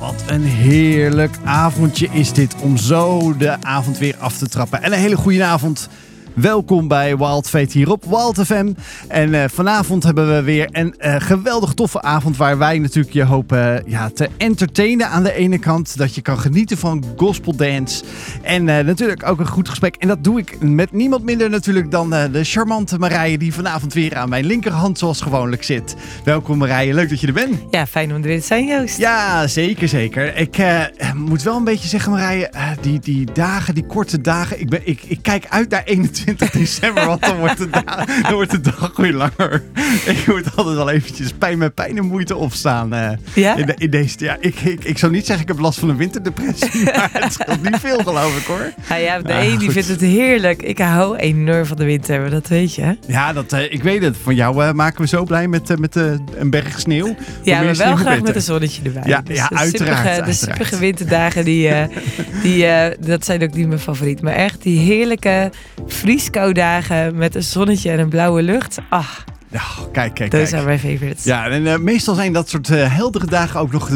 Wat een heerlijk avondje is dit om zo de avond weer af te trappen. En een hele goede avond. Welkom bij Wild Fate hier op Wild FM. En vanavond hebben we weer een geweldig toffe avond waar wij natuurlijk je hopen te entertainen aan de ene kant. Dat je kan genieten van gospel dance. En natuurlijk ook een goed gesprek. En dat doe ik met niemand minder natuurlijk dan de charmante Marije die vanavond weer aan mijn linkerhand zoals gewoonlijk zit. Welkom Marije, leuk dat je er bent. Ja, fijn om er weer te zijn, Joost. Ja, zeker. Ik moet wel een beetje zeggen Marije, die dagen, die korte dagen. Ik kijk uit naar 21 december, want dan wordt de dag weer langer. Ik moet altijd wel eventjes pijn en moeite opstaan. Ja? In deze, ja, ik zou niet zeggen ik heb last van een winterdepressie, maar het scheelt niet veel geloof ik hoor. Ja, de een die vindt het heerlijk. Ik hou enorm van de winter, maar dat weet je. Hè? Ja, ik weet het. Van jou maken we zo blij met een berg sneeuw. Ja, maar wel graag met een zonnetje erbij. Ja, dus uiteraard. De sippige winterdagen, dat zijn ook niet mijn favoriet. Maar echt die heerlijke vrieskoudagen met een zonnetje en een blauwe lucht. Ach, kijk. Those zijn mijn favorites. Ja, en meestal zijn dat soort heldere dagen ook nog de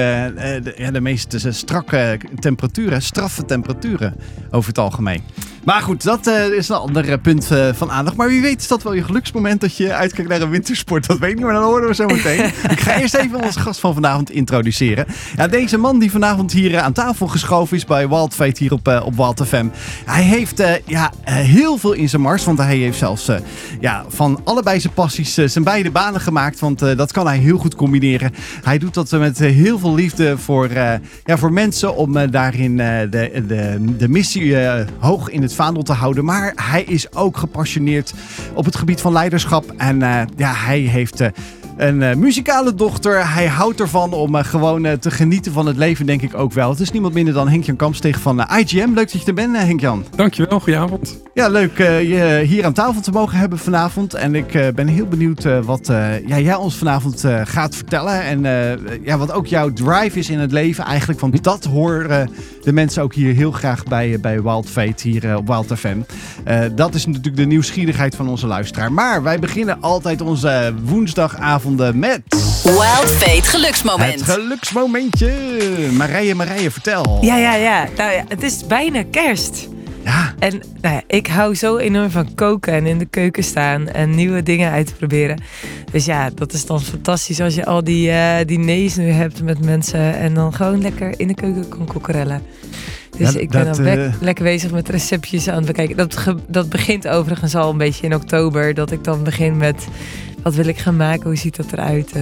meest strakke temperaturen, straffe temperaturen over het algemeen. Maar goed, dat is een ander punt van aandacht. Maar wie weet is dat wel je geluksmoment dat je uitkijkt naar een wintersport. Dat weet ik niet, maar dan horen we zo meteen. Ik ga eerst even onze gast van vanavond introduceren. Ja, deze man die vanavond hier aan tafel geschoven is bij Wild Fate hier op Wild FM. Hij heeft heel veel in zijn mars, want hij heeft zelfs van allebei zijn passies zijn beide banen gemaakt. Want dat kan hij heel goed combineren. Hij doet dat met heel veel liefde voor mensen om daarin de missie hoog in het vaandel te houden. Maar hij is ook gepassioneerd op het gebied van leiderschap. En hij heeft een muzikale dochter. Hij houdt ervan om gewoon te genieten van het leven, denk ik ook wel. Het is niemand minder dan Henk-Jan Kampsteeg van IGM. Leuk dat je er bent, Henk-Jan. Dankjewel, goedenavond. Ja, leuk je hier aan tafel te mogen hebben vanavond. En ik ben heel benieuwd wat jij ons vanavond gaat vertellen. En wat ook jouw drive is in het leven eigenlijk. Want dat horen de mensen ook hier heel graag bij Wild Fate hier op Wild FM. Dat is natuurlijk de nieuwsgierigheid van onze luisteraar. Maar wij beginnen altijd onze woensdagavonden met Wild Fate geluksmoment. Het geluksmomentje. Marije, vertel. Ja. Nou ja, het is bijna kerst. Ja. En ik hou zo enorm van koken en in de keuken staan en nieuwe dingen uit te proberen. Dus ja, dat is dan fantastisch als je al die diners nu hebt met mensen en dan gewoon lekker in de keuken kan kokkerellen. Dus ik ben dan lekker bezig met receptjes aan het bekijken. Dat begint overigens al een beetje in oktober, dat ik dan begin met wat wil ik gaan maken, hoe ziet dat eruit.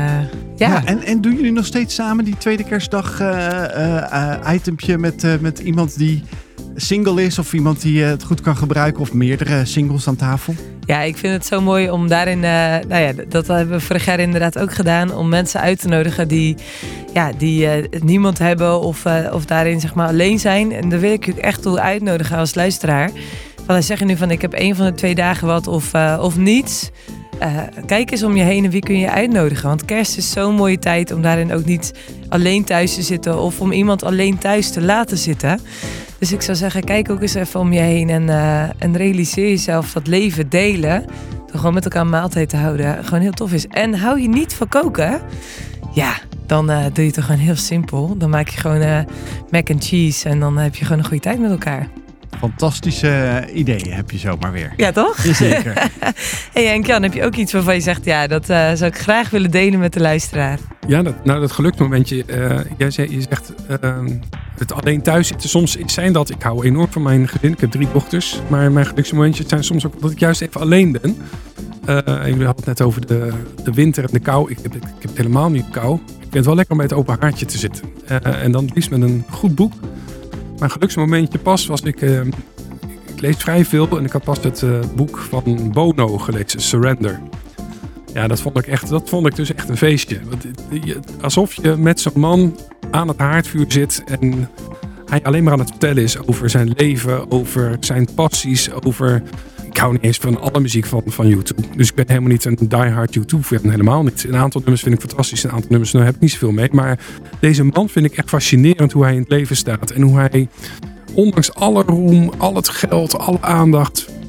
En doen jullie nog steeds samen die tweede kerstdag itempje met iemand die single is of iemand die het goed kan gebruiken of meerdere singles aan tafel? Ja, ik vind het zo mooi om daarin, dat hebben we vorig jaar inderdaad ook gedaan, om mensen uit te nodigen die niemand hebben of daarin zeg maar alleen zijn. En daar wil ik je echt toe uitnodigen als luisteraar. Want dan zeg je nu van ik heb 1 van de 2 dagen wat of niets. Kijk eens om je heen en wie kun je uitnodigen. Want kerst is zo'n mooie tijd om daarin ook niet alleen thuis te zitten of om iemand alleen thuis te laten zitten. Dus ik zou zeggen, kijk ook eens even om je heen en realiseer jezelf dat leven delen, door gewoon met elkaar een maaltijd te houden, gewoon heel tof is. En hou je niet van koken, ja, dan doe je het gewoon heel simpel. Dan maak je gewoon mac and cheese en dan heb je gewoon een goede tijd met elkaar. Fantastische ideeën heb je zomaar weer. Ja, toch? Zeker. Hey Henk-Jan, heb je ook iets waarvan je zegt, ja, dat zou ik graag willen delen met de luisteraar? Ja, dat geluksmomentje. Je zegt het alleen thuis zitten. Soms zijn dat, ik hou enorm van mijn gezin. Ik heb 3 dochters. Maar mijn geluksmomentjes zijn soms ook dat ik juist even alleen ben. Jullie hadden het net over de winter en de kou. Ik heb het helemaal niet kou. Ik vind het wel lekker om bij het open haartje te zitten. En dan liefst met een goed boek. Mijn geluksmomentje pas was ik lees vrij veel en ik had pas het boek van Bono gelezen, Surrender. Ja, dat vond ik dus echt een feestje. Alsof je met zo'n man aan het haardvuur zit en hij alleen maar aan het vertellen is over zijn leven, over zijn passies, over... Ik hou niet eens van alle muziek van YouTube. Dus ik ben helemaal niet een diehard YouTube-fan. Helemaal niet. Een aantal nummers vind ik fantastisch. Een aantal nummers heb ik niet zoveel mee. Maar deze man vind ik echt fascinerend hoe hij in het leven staat. En hoe hij, ondanks alle roem, al het geld, alle aandacht,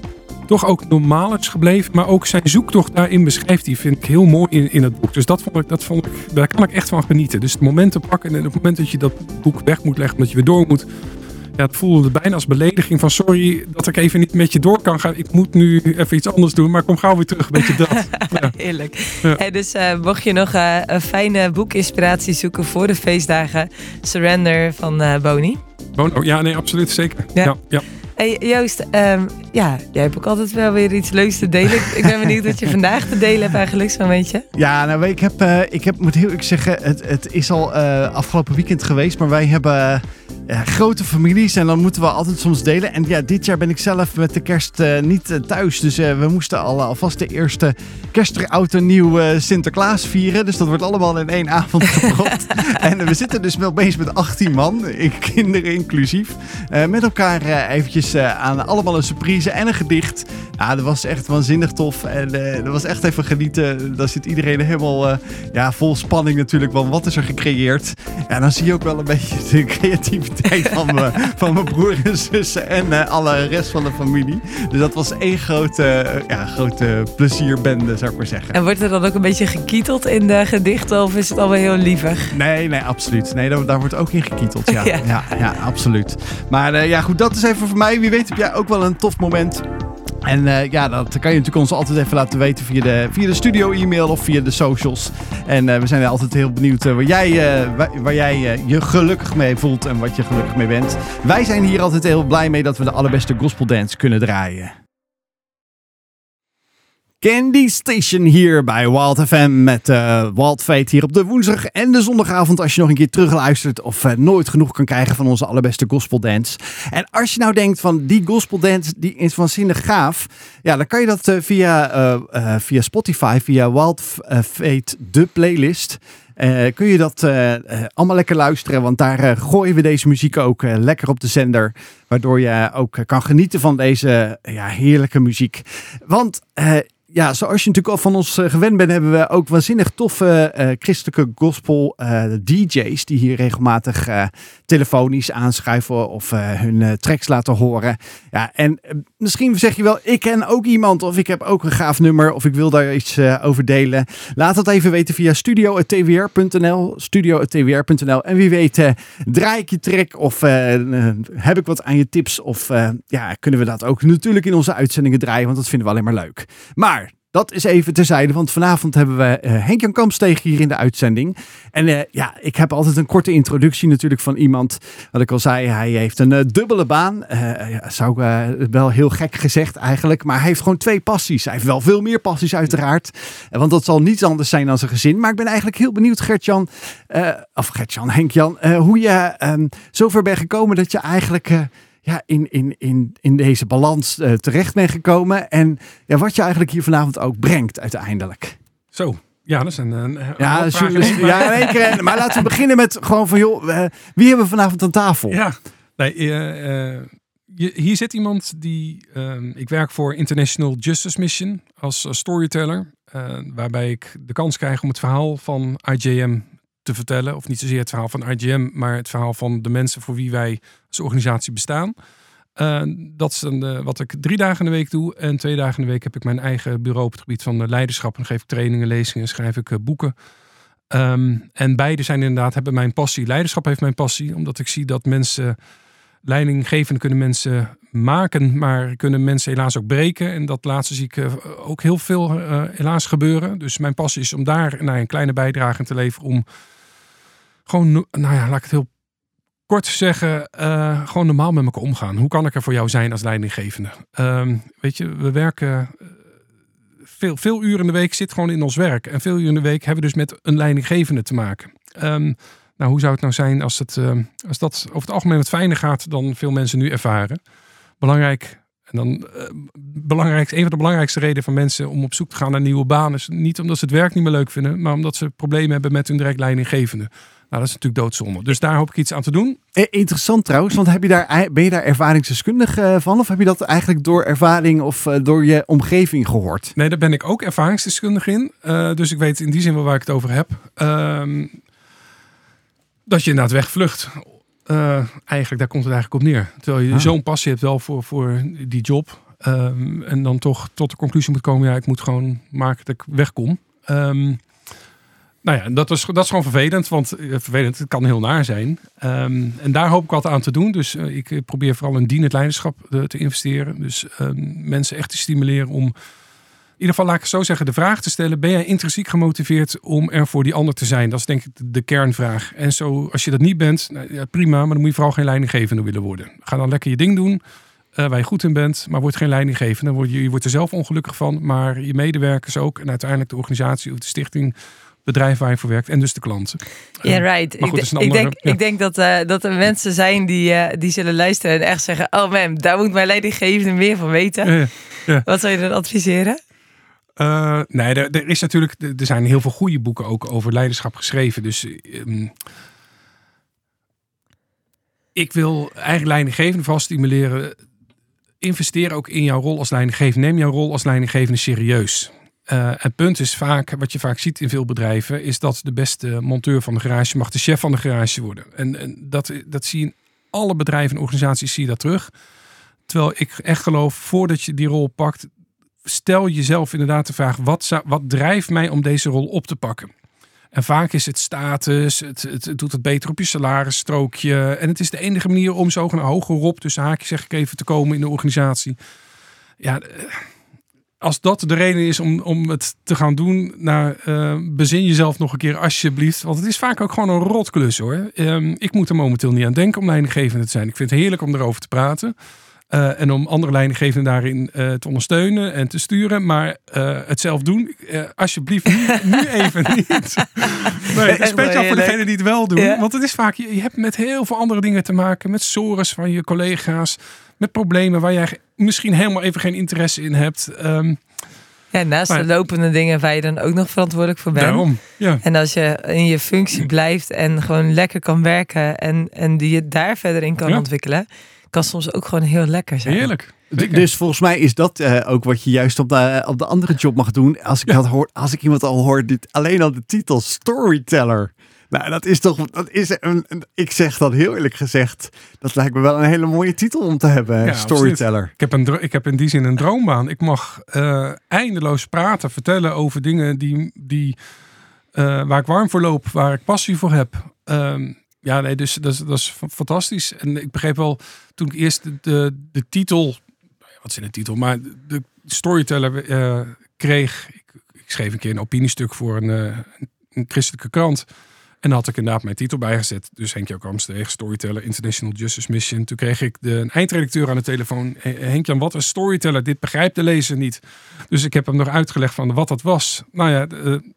toch ook normaal is gebleven. Maar ook zijn zoektocht daarin beschrijft hij, vind ik heel mooi in het boek. Dus dat vond ik, daar kan ik echt van genieten. Dus het moment te pakken en op het moment dat je dat boek weg moet leggen, omdat je weer door moet. Ja, het voelde bijna als belediging van sorry dat ik even niet met je door kan gaan. Ik moet nu even iets anders doen, maar kom gauw weer terug. Een beetje dat. Ja. Heerlijk. Ja. Hey, dus mocht je nog een fijne boekinspiratie zoeken voor de feestdagen, Surrender van Boney. Ja, nee, absoluut, zeker. Ja. Ja. Hey Joost, jij hebt ook altijd wel weer iets leuks te delen. Ik ben benieuwd wat je vandaag te delen hebt eigenlijk, zo'n beetje. Ja, nou, ik heb moet heel eerlijk zeggen, het is al afgelopen weekend geweest, maar wij hebben grote families en dan moeten we altijd soms delen. En ja, dit jaar ben ik zelf met de kerst niet thuis, dus we moesten alvast de eerste kerst, oud en nieuw Sinterklaas vieren. Dus dat wordt allemaal in één avond gepropt. En we zitten dus wel bezig met 18 man, kinderen inclusief, met elkaar eventjes aan allemaal een surprise en een gedicht. Ja, dat was echt waanzinnig tof. En dat was echt even genieten. Dan zit iedereen helemaal vol spanning natuurlijk. Want wat is er gecreëerd? Ja, dan zie je ook wel een beetje de creativiteit van mijn broer en zussen en alle rest van de familie. Dus dat was één grote plezierbende, zou ik maar zeggen. En wordt er dan ook een beetje gekieteld in de gedichten of is het alweer heel lievig? Nee, absoluut. Nee, daar wordt ook in gekieteld, ja. Ja. Ja, absoluut. Maar goed, dat is even voor mij. Wie weet heb jij ook wel een tof moment. En dat kan je natuurlijk ons altijd even laten weten via de studio-e-mail of via de socials. En we zijn altijd heel benieuwd waar jij je gelukkig mee voelt en wat je gelukkig mee bent. Wij zijn hier altijd heel blij mee dat we de allerbeste gospeldance kunnen draaien. Candy Station hier bij Wild FM met Wild Fate hier op de woensdag en de zondagavond als je nog een keer terugluistert of nooit genoeg kan krijgen van onze allerbeste gospeldance. En als je nou denkt van die gospeldance die is waanzinnig gaaf, ja, dan kan je dat via Spotify, via Wild Fate de playlist. Kun je dat allemaal lekker luisteren, want daar gooien we deze muziek ook lekker op de zender, waardoor je ook kan genieten van deze heerlijke muziek. Want zoals je natuurlijk al van ons gewend bent, hebben we ook waanzinnig toffe christelijke gospel DJ's die hier regelmatig telefonisch aanschuiven of hun tracks laten horen. Ja, en misschien zeg je wel, ik ken ook iemand of ik heb ook een gaaf nummer of ik wil daar iets over delen. Laat dat even weten via studio@twr.nl. En wie weet draai ik je track of heb ik wat aan je tips of kunnen we dat ook natuurlijk in onze uitzendingen draaien, want dat vinden we alleen maar leuk. Maar dat is even terzijde, want vanavond hebben we Henk-Jan Kampsteeg hier in de uitzending. En ik heb altijd een korte introductie natuurlijk van iemand. Wat ik al zei, hij heeft een dubbele baan. Wel heel gek gezegd eigenlijk, maar hij heeft gewoon 2 passies. Hij heeft wel veel meer passies uiteraard, want dat zal niets anders zijn dan zijn gezin. Maar ik ben eigenlijk heel benieuwd, Henk-Jan, hoe je zover bent gekomen dat je eigenlijk in deze balans terecht bent gekomen. En wat je eigenlijk hier vanavond ook brengt uiteindelijk. Zo, ja, dat is een journalist. Ja, in één keer. Maar laten we beginnen met gewoon van, wie hebben we vanavond aan tafel? Ja, nee, hier zit iemand die... ik werk voor International Justice Mission als storyteller. Waarbij ik de kans krijg om het verhaal van IJM te vertellen. Of niet zozeer het verhaal van IJM, maar het verhaal van de mensen voor wie wij als organisatie bestaan. Dat is wat ik 3 dagen in de week doe. En 2 dagen in de week heb ik mijn eigen bureau op het gebied van leiderschap. En dan geef ik trainingen, lezingen en schrijf ik boeken. En beide zijn inderdaad, hebben mijn passie. Leiderschap heeft mijn passie, omdat ik zie dat mensen... Leidinggevende kunnen mensen maken, maar kunnen mensen helaas ook breken. En dat laatste zie ik ook heel veel helaas gebeuren. Dus mijn passie is om daar een kleine bijdrage in te leveren. Om gewoon, laat ik het heel kort zeggen, gewoon normaal met elkaar omgaan. Hoe kan ik er voor jou zijn als leidinggevende? Weet je, we werken veel uren in de week, zit gewoon in ons werk. En veel uren in de week hebben we dus met een leidinggevende te maken. Hoe zou het nou zijn als dat over het algemeen wat fijner gaat dan veel mensen nu ervaren? Belangrijk. En dan een van de belangrijkste redenen van mensen om op zoek te gaan naar een nieuwe baan is niet omdat ze het werk niet meer leuk vinden, maar omdat ze problemen hebben met hun direct leidinggevende. Nou, dat is natuurlijk doodzonde. Dus daar hoop ik iets aan te doen. Interessant trouwens, want ben je daar ervaringsdeskundig van? Of heb je dat eigenlijk door ervaring of door je omgeving gehoord? Nee, daar ben ik ook ervaringsdeskundig in. Dus ik weet in die zin wel waar ik het over heb. Dat je inderdaad wegvlucht. Eigenlijk, daar komt het eigenlijk op neer. Terwijl je zo'n passie hebt wel voor die job. En dan toch tot de conclusie moet komen, ik moet gewoon maken dat ik wegkom. Dat is gewoon vervelend, want het kan heel naar zijn. En daar hoop ik wat aan te doen. Dus ik probeer vooral in dienend leiderschap te investeren. Dus mensen echt te stimuleren om, in ieder geval laat ik het zo zeggen, de vraag te stellen: ben jij intrinsiek gemotiveerd om er voor die ander te zijn? Dat is denk ik de kernvraag. En zo, als je dat niet bent, prima, maar dan moet je vooral geen leidinggevende willen worden. Ga dan lekker je ding doen, waar je goed in bent, maar word geen leidinggevende. Je wordt er zelf ongelukkig van, maar je medewerkers ook. En uiteindelijk de organisatie of de stichting, bedrijf waar je voor werkt en dus de klanten. Ja, right. Goed, ik denk dat er mensen zijn die zullen luisteren en echt zeggen: oh man, daar moet mijn leidinggevende meer van weten. Ja. Wat zou je dan adviseren? Er is natuurlijk, er zijn heel veel goede boeken ook over leiderschap geschreven. Dus ik wil eigenlijk leidinggevende vooral stimuleren. Investeer ook in jouw rol als leidinggevende. Neem jouw rol als leidinggevende serieus. Het punt is vaak, wat je vaak ziet in veel bedrijven, is dat de beste monteur van de garage mag de chef van de garage worden. En dat zie je in alle bedrijven en organisaties, zie je dat terug. Terwijl ik echt geloof, voordat je die rol pakt, stel jezelf inderdaad de vraag: wat drijft mij om deze rol op te pakken? En vaak is het status, het doet het beter op je salarisstrookje. En het is de enige manier om zo een hogerop, tussen haakjes zeg ik even, te komen in de organisatie. Ja, als dat de reden is om het te gaan doen, bezin jezelf nog een keer alsjeblieft. Want het is vaak ook gewoon een rotklus hoor. Ik moet er momenteel niet aan denken om leidinggevende te zijn. Ik vind het heerlijk om erover te praten. En om andere leidinggevenden daarin te ondersteunen en te sturen. Maar het zelf doen, alsjeblieft nu even niet. Nee, speciaal voor degenen die het wel doen. Ja. Want het is vaak, je hebt met heel veel andere dingen te maken. Met sores van je collega's. Met problemen waar jij misschien helemaal even geen interesse in hebt. Naast de lopende dingen waar je dan ook nog verantwoordelijk voor bent. Daarom, ja. En als je in je functie blijft en gewoon lekker kan werken en die je daar verder in kan ontwikkelen, kan soms ook gewoon heel lekker zijn. Heerlijk. Dus volgens mij is dat ook wat je juist op de andere job mag doen. Als ik iemand al hoor, alleen al de titel storyteller. Nou, ik zeg dat heel eerlijk gezegd, dat lijkt me wel een hele mooie titel om te hebben, ja, storyteller. Ik heb in die zin een droombaan. Ik mag eindeloos praten, vertellen over dingen waar ik warm voor loop, waar ik passie voor heb. Dus dat is fantastisch. En ik begreep wel, toen ik eerst de titel, wat is in de titel, maar de storyteller kreeg. Ik schreef een keer een opiniestuk voor een christelijke krant. En dan had ik inderdaad mijn titel bijgezet. Dus Henk-Jan Kamsteeg, storyteller, International Justice Mission. Toen kreeg ik een eindredacteur aan de telefoon. Henk-Jan, wat een storyteller? Dit begrijpt de lezer niet. Dus ik heb hem nog uitgelegd van wat dat was. Nou ja,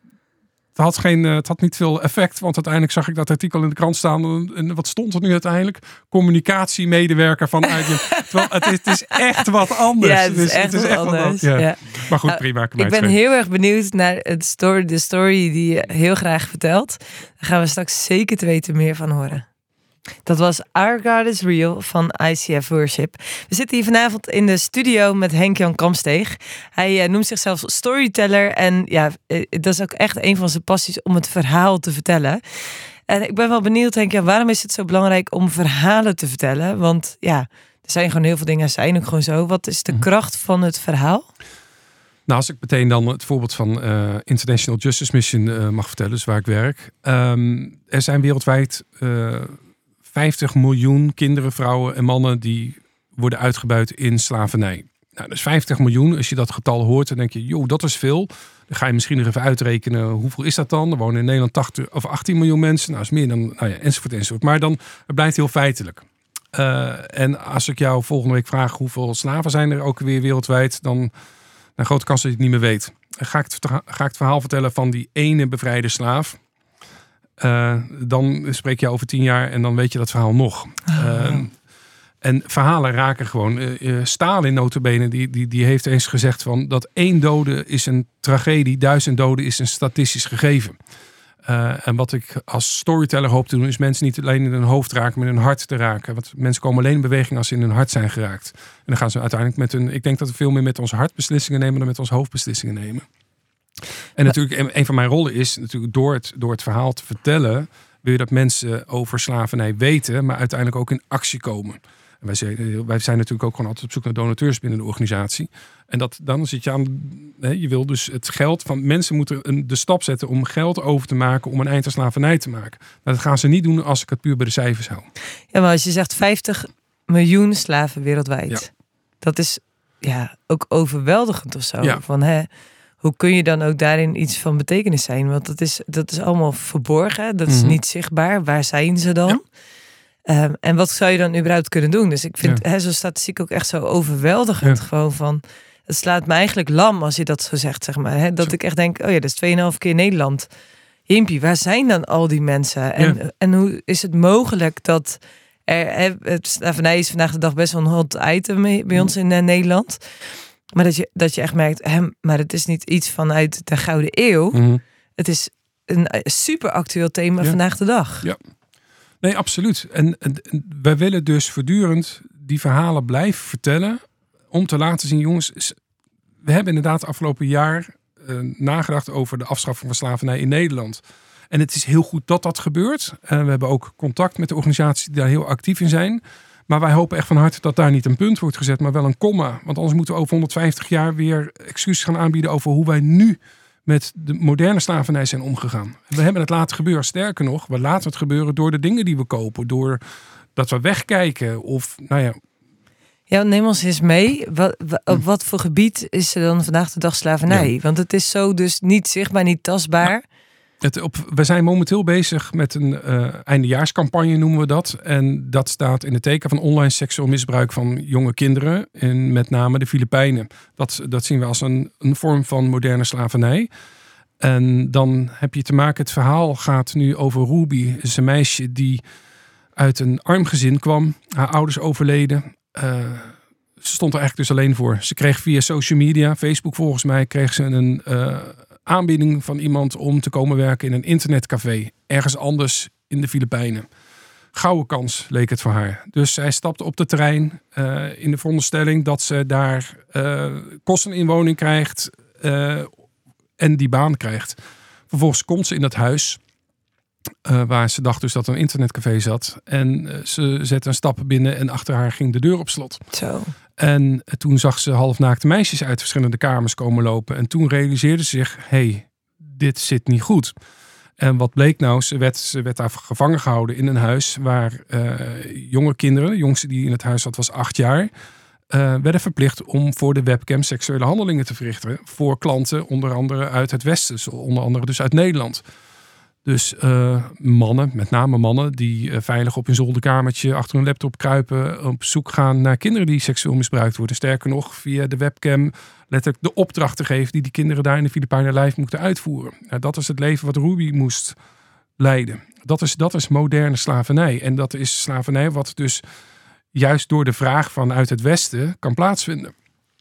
het had niet veel effect. Want uiteindelijk zag ik dat artikel in de krant staan. En wat stond er nu uiteindelijk? Communicatiemedewerker vanuit je. Terwijl het is echt wat anders. Ja, het is echt wat anders. Ja. Maar goed, prima. Ik ben heel erg benieuwd naar de story die je heel graag vertelt. Daar gaan we straks zeker te weten meer van horen. Dat was Our God is Real van ICF Worship. We zitten hier vanavond in de studio met Henk-Jan Kamsteeg. Hij noemt zichzelf storyteller. En ja, dat is ook echt een van zijn passies om het verhaal te vertellen. En ik ben wel benieuwd, Henk-Jan, waarom is het zo belangrijk om verhalen te vertellen? Want ja, er zijn gewoon heel veel dingen, zijn ook gewoon zo. Wat is de kracht van het verhaal? Nou, als ik meteen dan het voorbeeld van International Justice Mission mag vertellen, dus waar ik werk. Er zijn wereldwijd 50 miljoen kinderen, vrouwen en mannen die worden uitgebuit in slavernij. Nou, dus 50 miljoen. Als je dat getal hoort, dan denk je, joh, dat is veel. Dan ga je misschien nog even uitrekenen, hoeveel is dat dan? Er wonen in Nederland 18 miljoen mensen. Nou, is meer dan, enzovoort. Maar dan het blijft heel feitelijk. En als ik jou volgende week vraag hoeveel slaven zijn er ook weer wereldwijd, dan een grote kans dat je het niet meer weet. Dan ga ik het verhaal vertellen van die ene bevrijde slaaf. Dan spreek je over 10 jaar en dan weet je dat verhaal nog. En verhalen raken gewoon. Stalin nota bene, die heeft eens gezegd van dat 1 dode is een tragedie, 1000 doden is een statistisch gegeven. En wat ik als storyteller hoop te doen, is mensen niet alleen in hun hoofd raken, maar in hun hart te raken. Want mensen komen alleen in beweging als ze in hun hart zijn geraakt. En dan gaan ze uiteindelijk ik denk dat we veel meer met ons hart beslissingen nemen dan met ons hoofd beslissingen nemen. En natuurlijk, een van mijn rollen is natuurlijk door het verhaal te vertellen, wil je dat mensen over slavernij weten, maar uiteindelijk ook in actie komen. En wij zijn natuurlijk ook gewoon altijd op zoek naar donateurs binnen de organisatie. En dan zit je aan... Je wil dus het geld van... Mensen moeten de stap zetten om geld over te maken... om een eind aan slavernij te maken. Maar dat gaan ze niet doen als ik het puur bij de cijfers hou. Ja, maar als je zegt 50 miljoen slaven wereldwijd. Ja. Dat is ook overweldigend of zo. Ja. Van, hoe kun je dan ook daarin iets van betekenis zijn? Want dat is allemaal verborgen. Dat is niet zichtbaar. Waar zijn ze dan? Ja. En wat zou je dan überhaupt kunnen doen? Dus ik vind zo'n statistiek ook echt zo overweldigend. Ja. Gewoon van, het slaat me eigenlijk lam als je dat zo zegt, zeg maar. Dat ik echt denk, dat is 2,5 keer Nederland. Jimpie, waar zijn dan al die mensen? En hoe is het mogelijk dat het slavernij is vandaag de dag best wel een hot item bij ons in Nederland. Maar dat je echt merkt, maar het is niet iets vanuit de Gouden Eeuw. Mm-hmm. Het is een super actueel thema vandaag de dag. Ja. Nee, absoluut. En wij willen dus voortdurend die verhalen blijven vertellen. Om te laten zien, jongens, we hebben inderdaad afgelopen jaar nagedacht over de afschaffing van slavernij in Nederland. En het is heel goed dat dat gebeurt. We hebben ook contact met de organisaties die daar heel actief in zijn. Maar wij hopen echt van harte dat daar niet een punt wordt gezet, maar wel een komma. Want anders moeten we over 150 jaar weer excuses gaan aanbieden over hoe wij nu met de moderne slavernij zijn omgegaan. We hebben het laten gebeuren. Sterker nog, we laten het gebeuren door de dingen die we kopen. Door dat we wegkijken of Ja, neem ons eens mee. Op wat voor gebied is er dan vandaag de dag slavernij? Ja. Want het is zo dus niet zichtbaar, niet tastbaar. Ja. We zijn momenteel bezig met een eindejaarscampagne, noemen we dat. En dat staat in het teken van online seksueel misbruik van jonge kinderen. En met name de Filipijnen. Dat zien we als een vorm van moderne slavernij. En dan heb je te maken, het verhaal gaat nu over Ruby. Het is een meisje die uit een arm gezin kwam. Haar ouders overleden. Ze stond er eigenlijk dus alleen voor. Ze kreeg via social media, Facebook volgens mij, kreeg ze een aanbieding van iemand om te komen werken in een internetcafé. Ergens anders in de Filipijnen. Gouden kans leek het voor haar. Dus zij stapte op de trein in de veronderstelling dat ze daar kosteninwoning krijgt en die baan krijgt. Vervolgens komt ze in dat huis waar ze dacht dus dat er een internetcafé zat. En ze zette een stap binnen en achter haar ging de deur op slot. Zo. En toen zag ze halfnaakte meisjes uit verschillende kamers komen lopen. En toen realiseerde ze zich, dit zit niet goed. En wat bleek nou? Ze werd daar gevangen gehouden in een huis waar jonge kinderen, de jongste die in het huis zat was 8 jaar, werden verplicht om voor de webcam seksuele handelingen te verrichten. Voor klanten, onder andere uit het Westen, onder andere dus uit Nederland. Dus mannen, met name mannen, die veilig op hun zolderkamertje achter hun laptop kruipen, op zoek gaan naar kinderen die seksueel misbruikt worden. Sterker nog, via de webcam letterlijk de opdrachten geven die kinderen daar in de Filipijnen live moeten uitvoeren. Nou, dat is het leven wat Ruby moest leiden. Dat is moderne slavernij. En dat is slavernij wat dus juist door de vraag vanuit het Westen kan plaatsvinden.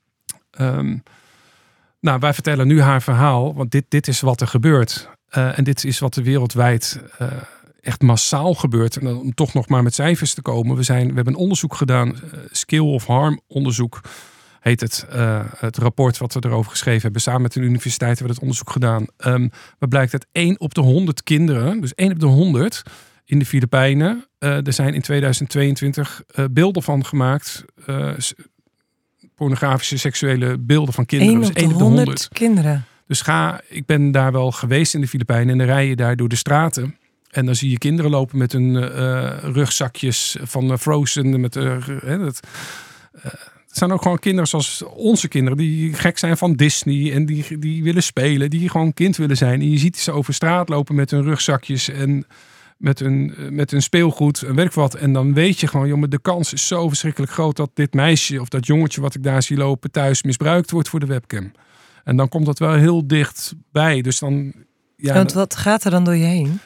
Wij vertellen nu haar verhaal, want dit is wat er gebeurt. En dit is wat er wereldwijd echt massaal gebeurt. En om toch nog maar met cijfers te komen. We hebben een onderzoek gedaan. Skill of Harm onderzoek heet het. Het rapport wat we erover geschreven hebben. Samen met de universiteit hebben we het onderzoek gedaan. Maar blijkt dat 1 op de 100 kinderen. Dus 1 op de 100 in de Filipijnen. Er zijn in 2022 beelden van gemaakt. Pornografische seksuele beelden van kinderen. 1 op de 100 kinderen. Dus ik ben daar wel geweest in de Filipijnen en dan rij je daar door de straten. En dan zie je kinderen lopen met hun rugzakjes van Frozen. Het zijn ook gewoon kinderen zoals onze kinderen die gek zijn van Disney en die willen spelen, die gewoon kind willen zijn. En je ziet ze over straat lopen met hun rugzakjes en met hun speelgoed en weet ik wat. En dan weet je gewoon, jongen, de kans is zo verschrikkelijk groot dat dit meisje of dat jongetje wat ik daar zie lopen thuis misbruikt wordt voor de webcam. En dan komt dat wel heel dichtbij. Dus dan, want wat gaat er dan door je heen?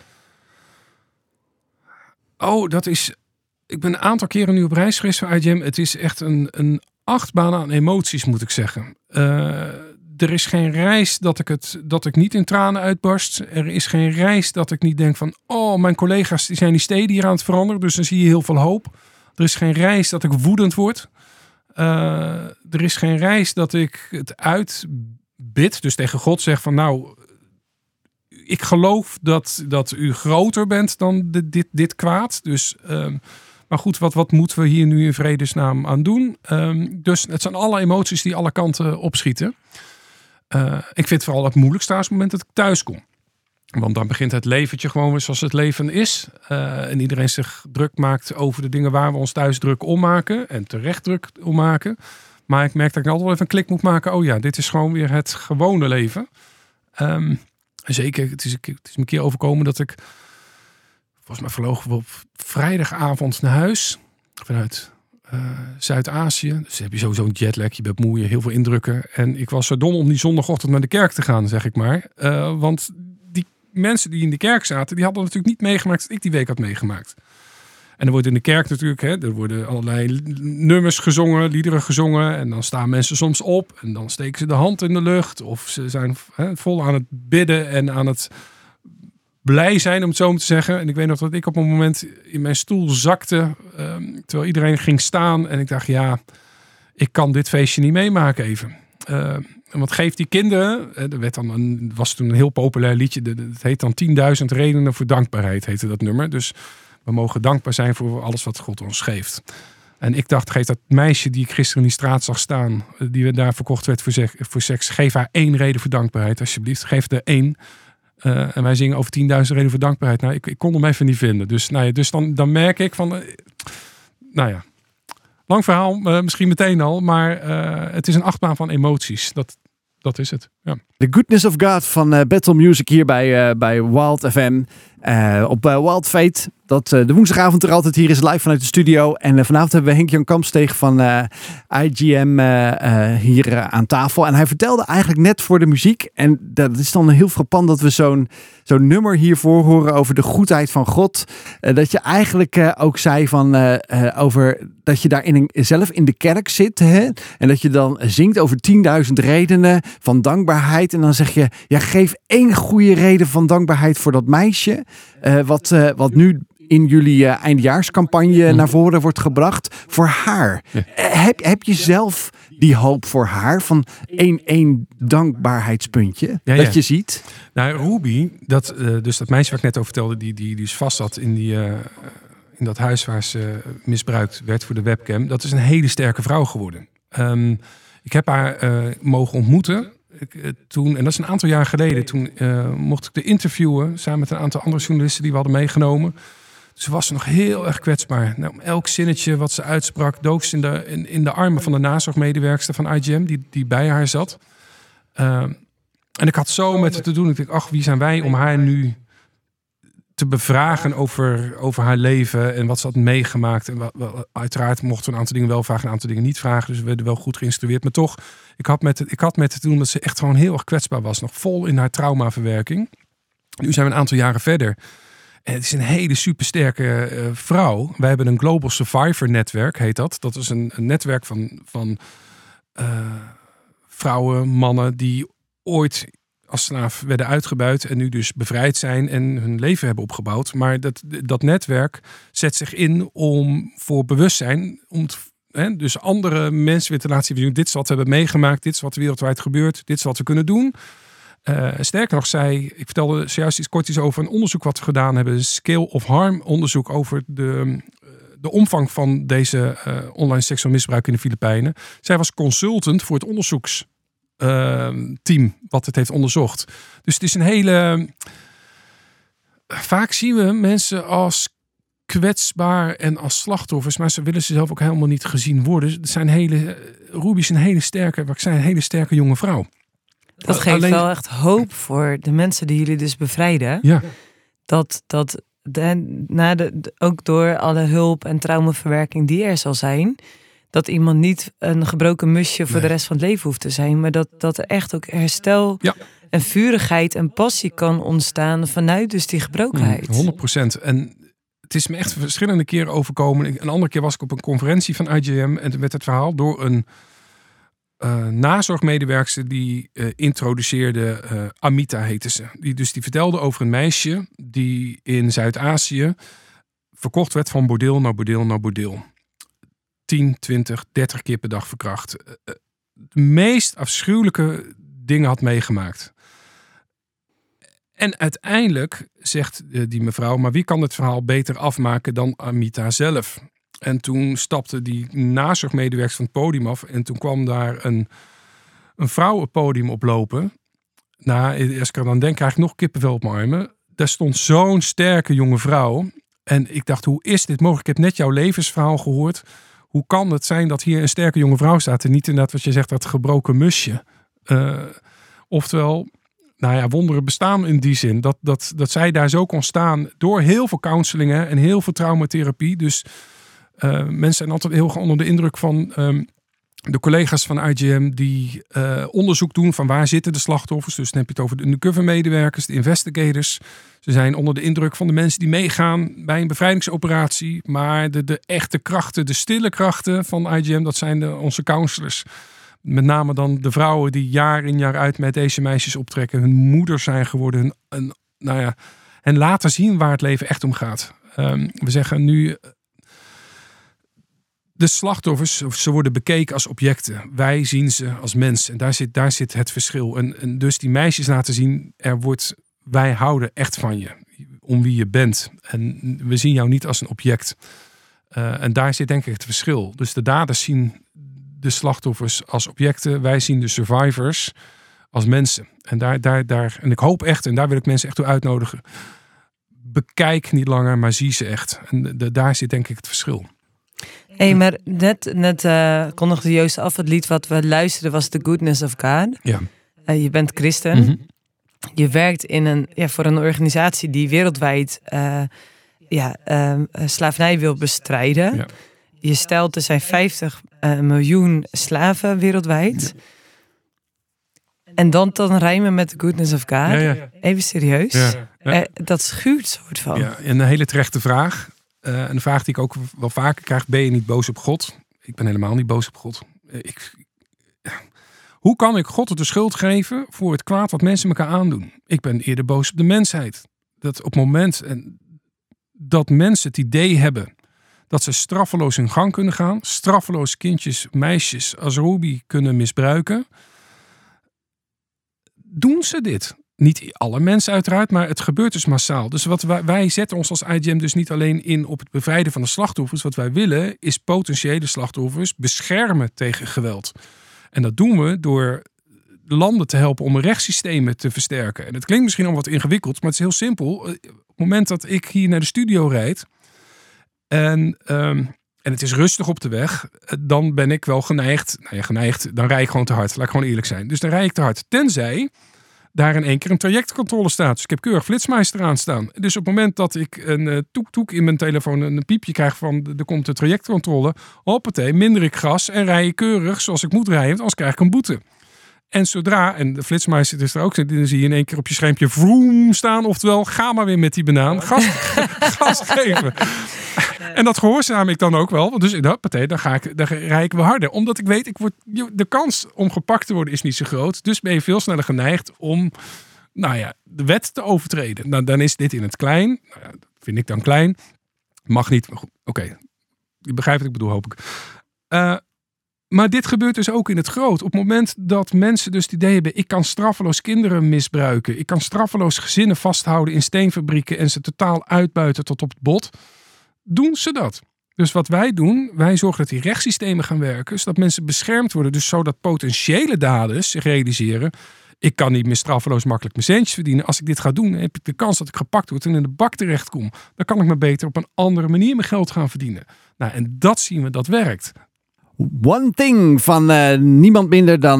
Dat is... Ik ben een aantal keren nu op reis geweest van IGM. Het is echt een achtbaan aan emoties, moet ik zeggen. Er is geen reis dat ik niet in tranen uitbarst. Er is geen reis dat ik niet denk van, mijn collega's die zijn die steden hier aan het veranderen. Dus dan zie je heel veel hoop. Er is geen reis dat ik woedend word. Er is geen reis dat ik het uitbid, dus tegen God zeg van ik geloof dat u groter bent dan dit kwaad. Dus, maar Maar goed, wat moeten we hier nu in vredesnaam aan doen? Dus het zijn alle emoties die alle kanten opschieten. Ik vind het vooral het moeilijkste als het moment dat ik thuis kom. Want dan begint het leventje gewoon weer zoals het leven is. En iedereen zich druk maakt over de dingen waar we ons thuis druk om maken. En terecht druk om maken. Maar ik merk dat ik altijd wel even een klik moet maken. Oh ja, dit is gewoon weer het gewone leven. Zeker, het is me een keer overkomen dat ik... Volgens mij vlogen we op vrijdagavond naar huis. Vanuit Zuid-Azië. Dus heb je sowieso een jetlag. Je bent moe, heel veel indrukken. En ik was zo dom om die zondagochtend naar de kerk te gaan, zeg ik maar. Want die mensen die in de kerk zaten, die hadden natuurlijk niet meegemaakt wat ik die week had meegemaakt. En er wordt in de kerk natuurlijk, er worden allerlei nummers gezongen, liederen gezongen. En dan staan mensen soms op en dan steken ze de hand in de lucht. Of ze zijn vol aan het bidden en aan het blij zijn, om het zo maar te zeggen. En ik weet nog dat ik op een moment in mijn stoel zakte, terwijl iedereen ging staan. En ik dacht, ja, ik kan dit feestje niet meemaken even. Want geeft die kinderen, was toen een heel populair liedje. Het heet dan 10.000 redenen voor dankbaarheid, heette dat nummer. Dus we mogen dankbaar zijn voor alles wat God ons geeft. En ik dacht, geef dat meisje die ik gisteren in die straat zag staan, die daar verkocht werd voor seks, geef haar 1 reden voor dankbaarheid, alsjeblieft. Geef er 1. En wij zingen over 10.000 redenen voor dankbaarheid. Nou, ik kon hem even niet vinden. Dus, dan merk ik van... lang verhaal, misschien meteen al. Maar het is een achtbaan van emoties. Dat is het. Ja. The Goodness of God van Battle Music hier bij Wild FM. Op Wild Fate. Dat de woensdagavond er altijd hier is, live vanuit de studio. En vanavond hebben we Henk-Jan Kampsteeg van IGM hier aan tafel. En hij vertelde eigenlijk net voor de muziek. En dat is dan heel frappant dat we zo'n nummer hiervoor horen over de goedheid van God. Dat je eigenlijk ook zei van over dat je daar zelf in de kerk zit. Hè? En dat je dan zingt over 10.000 redenen van dankbaarheid. En dan zeg je, ja, geef 1 goede reden van dankbaarheid voor dat meisje. Wat nu in jullie eindejaarscampagne naar voren wordt gebracht voor haar. Ja. Heb je zelf die hoop voor haar van één dankbaarheidspuntje dat je ziet? Nou, Ruby, dus dat meisje waar ik net over vertelde, die dus vast zat in dat huis waar ze misbruikt werd voor de webcam, dat is een hele sterke vrouw geworden. Ik heb haar mogen ontmoeten. Toen, en dat is een aantal jaar geleden, toen mocht ik de interviewen samen met een aantal andere journalisten die we hadden meegenomen. Ze was nog heel erg kwetsbaar. Nou, elk zinnetje wat ze uitsprak, dook ze in de armen van de nazorgmedewerkster van IGM, die bij haar zat. En ik had zo met haar te doen. Ik dacht, ach, wie zijn wij om haar nu te bevragen over haar leven en wat ze had meegemaakt. En uiteraard mochten we een aantal dingen wel vragen, een aantal dingen niet vragen. Dus we werden wel goed geïnstrueerd. Maar toch, ik had met het te doen dat ze echt gewoon heel erg kwetsbaar was. Nog vol in haar traumaverwerking. Nu zijn we een aantal jaren verder. En het is een hele supersterke vrouw. Wij hebben een Global Survivor netwerk, heet dat. Dat is een netwerk van vrouwen, mannen die ooit als slaaf werden uitgebuit en nu dus bevrijd zijn en hun leven hebben opgebouwd. Maar dat netwerk zet zich in voor bewustzijn, dus andere mensen weer te laten zien, dit is wat we hebben meegemaakt, dit is wat wereldwijd gebeurt, dit is wat we kunnen doen. Sterker nog, ik vertelde zojuist iets over een onderzoek wat we gedaan hebben, een Scale of Harm onderzoek over de omvang van deze online seksueel misbruik in de Filipijnen. Zij was consultant voor het onderzoeksteam wat het heeft onderzocht. Dus het is een hele... Vaak zien we mensen als kwetsbaar en als slachtoffers, maar ze willen zelf ook helemaal niet gezien worden. Ruby is een hele sterke jonge vrouw. Dat geeft wel echt hoop voor de mensen die jullie dus bevrijden. Ja. Ook door alle hulp en traumaverwerking die er zal zijn, dat iemand niet een gebroken musje voor de rest van het leven hoeft te zijn, maar dat er echt ook herstel en vurigheid en passie kan ontstaan vanuit dus die gebrokenheid. 100%. En het is me echt verschillende keren overkomen. Een andere keer was ik op een conferentie van IGM en toen werd het verhaal door een nazorgmedewerkster die introduceerde, Amita heette ze. Die vertelde over een meisje die in Zuid-Azië verkocht werd van bordeel naar bordeel naar bordeel. 10, 20, 30 keer per dag verkracht. De meest afschuwelijke dingen had meegemaakt. En uiteindelijk zegt die mevrouw, maar wie kan het verhaal beter afmaken dan Amita zelf? En toen stapte die nazorgmedewerker van het podium af. En toen kwam daar een vrouw op het podium oplopen. Nou, als ik er dan denk, krijg ik nog kippenvel op mijn armen. Daar stond zo'n sterke jonge vrouw. En ik dacht, hoe is dit mogelijk? Ik heb net jouw levensverhaal gehoord. Hoe kan het zijn dat hier een sterke jonge vrouw staat en niet inderdaad wat je zegt, dat gebroken musje? Oftewel, nou ja, wonderen bestaan in die zin. Dat zij daar zo kon staan door heel veel counselingen en heel veel traumatherapie. Dus mensen zijn altijd heel onder de indruk van de collega's van IGM die onderzoek doen van waar zitten de slachtoffers. Dus dan heb je het over de undercover medewerkers, de investigators. Ze zijn onder de indruk van de mensen die meegaan bij een bevrijdingsoperatie. Maar de echte krachten, de stille krachten van IGM, dat zijn onze counselors. Met name dan de vrouwen die jaar in jaar uit met deze meisjes optrekken. Hun moeders zijn geworden. En laten zien waar het leven echt om gaat. We zeggen nu, de slachtoffers, ze worden bekeken als objecten. Wij zien ze als mensen. En daar zit het verschil. En dus die meisjes laten zien, wij houden echt van je. Om wie je bent. En we zien jou niet als een object. En daar zit denk ik het verschil. Dus de daders zien de slachtoffers als objecten. Wij zien de survivors als mensen. En daar en ik hoop echt, en daar wil ik mensen echt toe uitnodigen. Bekijk niet langer, maar zie ze echt. En daar zit denk ik het verschil. Hey, maar net kondigde Joost af, het lied wat we luisterden was The Goodness of God. Ja. Je bent christen. Mm-hmm. Je werkt voor een organisatie die wereldwijd slavernij wil bestrijden. Ja. Je stelt, er zijn 50 miljoen slaven wereldwijd. Ja. En dan rijmen met The Goodness of God. Ja. Even serieus. Ja. Dat schuurt soort van. Ja, een hele terechte vraag. Een vraag die ik ook wel vaker krijg. Ben je niet boos op God? Ik ben helemaal niet boos op God. Hoe kan ik God de schuld geven voor het kwaad wat mensen elkaar aandoen? Ik ben eerder boos op de mensheid. Dat op het moment dat mensen het idee hebben dat ze straffeloos hun gang kunnen gaan, straffeloos kindjes, meisjes als Ruby kunnen misbruiken, doen ze dit. Niet alle mensen uiteraard, maar het gebeurt dus massaal. Dus wat wij zetten ons als IGM dus niet alleen in op het bevrijden van de slachtoffers. Wat wij willen is potentiële slachtoffers beschermen tegen geweld. En dat doen we door landen te helpen om rechtssystemen te versterken. En het klinkt misschien al wat ingewikkeld, maar het is heel simpel. Op het moment dat ik hier naar de studio rijd en het is rustig op de weg, dan ben ik wel geneigd. Dan rijd ik gewoon te hard. Laat ik gewoon eerlijk zijn. Dus dan rijd ik te hard. Tenzij daar in één keer een trajectcontrole staat. Dus ik heb keurig Flitsmeister aan staan. Dus op het moment dat ik een toek in mijn telefoon een piepje krijg van er komt de trajectcontrole, hoppatee, minder ik gas en rij ik keurig zoals ik moet rijden, want anders krijg ik een boete. En zodra, en de Flitsmeister is er ook, dan zie je in één keer op je schermpje vroom staan, oftewel ga maar weer met die banaan, gas geven. En dat gehoorzaam ik dan ook wel. Dus dan rijd ik wel harder. Omdat ik weet, de kans om gepakt te worden is niet zo groot. Dus ben je veel sneller geneigd om de wet te overtreden. Nou, dan is dit in het klein. Nou ja, dat vind ik dan klein. Mag niet. Oké. Je begrijpt wat ik bedoel, hoop ik. Maar dit gebeurt dus ook in het groot. Op het moment dat mensen dus het idee hebben, ik kan straffeloos kinderen misbruiken. Ik kan straffeloos gezinnen vasthouden in steenfabrieken en ze totaal uitbuiten tot op het bot. Doen ze dat. Dus wat wij doen, wij zorgen dat die rechtssystemen gaan werken, zodat mensen beschermd worden. Dus zodat potentiële daders zich realiseren, ik kan niet meer straffeloos makkelijk mijn centjes verdienen. Als ik dit ga doen, heb ik de kans dat ik gepakt word en in de bak terechtkom. Dan kan ik maar beter op een andere manier mijn geld gaan verdienen. Nou, en dat zien we, dat werkt. One Thing van niemand minder dan,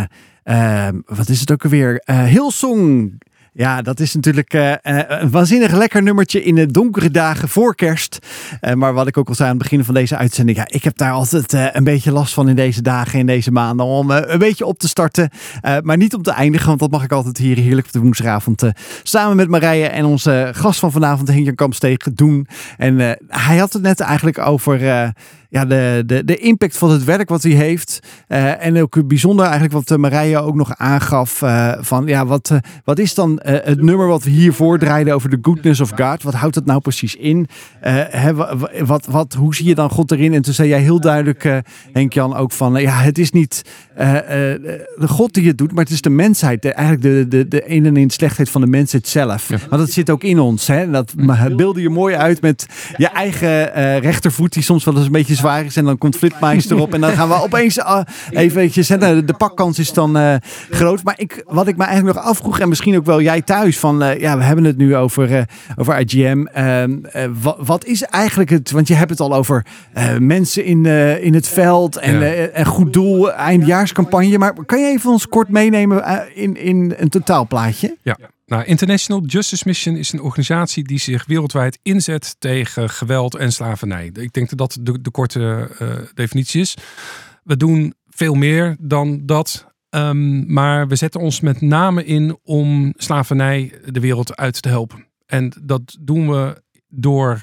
wat is het ook alweer? Hillsong. Ja, dat is natuurlijk een waanzinnig lekker nummertje in de donkere dagen voor kerst. Maar wat ik ook al zei aan het begin van deze uitzending. Ja, ik heb daar altijd een beetje last van in deze dagen, in deze maanden. Om een beetje op te starten. Maar niet om te eindigen, want dat mag ik altijd hier heerlijk op de woensdagavond samen met Marije en onze gast van vanavond, Henk-Jan Kampsteeg, doen. En hij had het net eigenlijk over de impact van het werk wat hij heeft. En ook bijzonder eigenlijk wat Marije ook nog aangaf. Wat is dan het nummer wat we hier voordraaiden over The Goodness of God? Wat houdt dat nou precies in? hoe zie je dan God erin? En toen zei jij heel duidelijk, Henk-Jan, ook van... het is niet de God die het doet, maar het is de mensheid. Eigenlijk de ene en in slechtheid van de mensheid zelf. Ja. Want dat zit ook in ons. Hè? Dat beelde je mooi uit met je eigen rechtervoet, die soms wel eens een beetje zwaar is. En dan komt Flitmeister op en dan gaan we opeens eventjes... De pakkans is dan groot. Maar wat ik me eigenlijk nog afvroeg, en misschien ook wel jij thuis, van we hebben het nu over IGM. Wat is eigenlijk het... Want je hebt het al over mensen in het veld en een goed doel, eindjaarscampagne. Maar kan je even ons kort meenemen in een totaalplaatje? Ja. Nou, International Justice Mission is een organisatie die zich wereldwijd inzet tegen geweld en slavernij. Ik denk dat dat de korte definitie is. We doen veel meer dan dat. Maar we zetten ons met name in om slavernij de wereld uit te helpen. En dat doen we door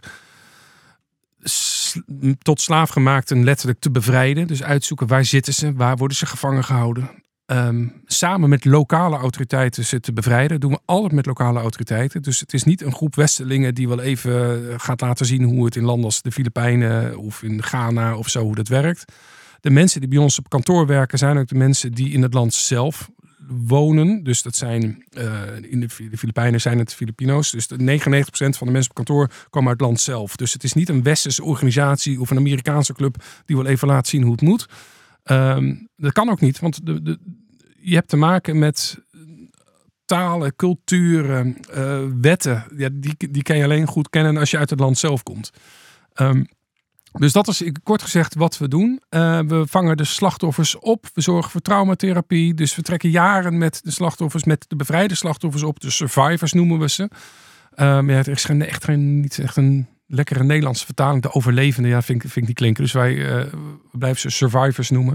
tot slaafgemaakten letterlijk te bevrijden. Dus uitzoeken waar zitten ze, waar worden ze gevangen gehouden. Samen met lokale autoriteiten ze te bevrijden. Dat doen we altijd met lokale autoriteiten. Dus het is niet een groep Westelingen die wel even gaat laten zien hoe het in landen als de Filipijnen of in Ghana of zo, hoe dat werkt. De mensen die bij ons op kantoor werken zijn ook de mensen die in het land zelf wonen. Dus dat zijn in de Filipijnen zijn het Filipino's. Dus 99% van de mensen op kantoor komen uit het land zelf. Dus het is niet een westerse organisatie of een Amerikaanse club die wel even laat zien hoe het moet. Dat kan ook niet, want je hebt te maken met talen, culturen, wetten. Ja, die kan je alleen goed kennen als je uit het land zelf komt. Dus dat is kort gezegd wat we doen. We vangen de slachtoffers op. We zorgen voor traumatherapie. Dus we trekken jaren met de slachtoffers, met de bevrijde slachtoffers op. De survivors noemen we ze. Er is niet echt een lekkere Nederlandse vertaling. De overlevenden, vind ik niet klinken. Dus wij blijven ze survivors noemen.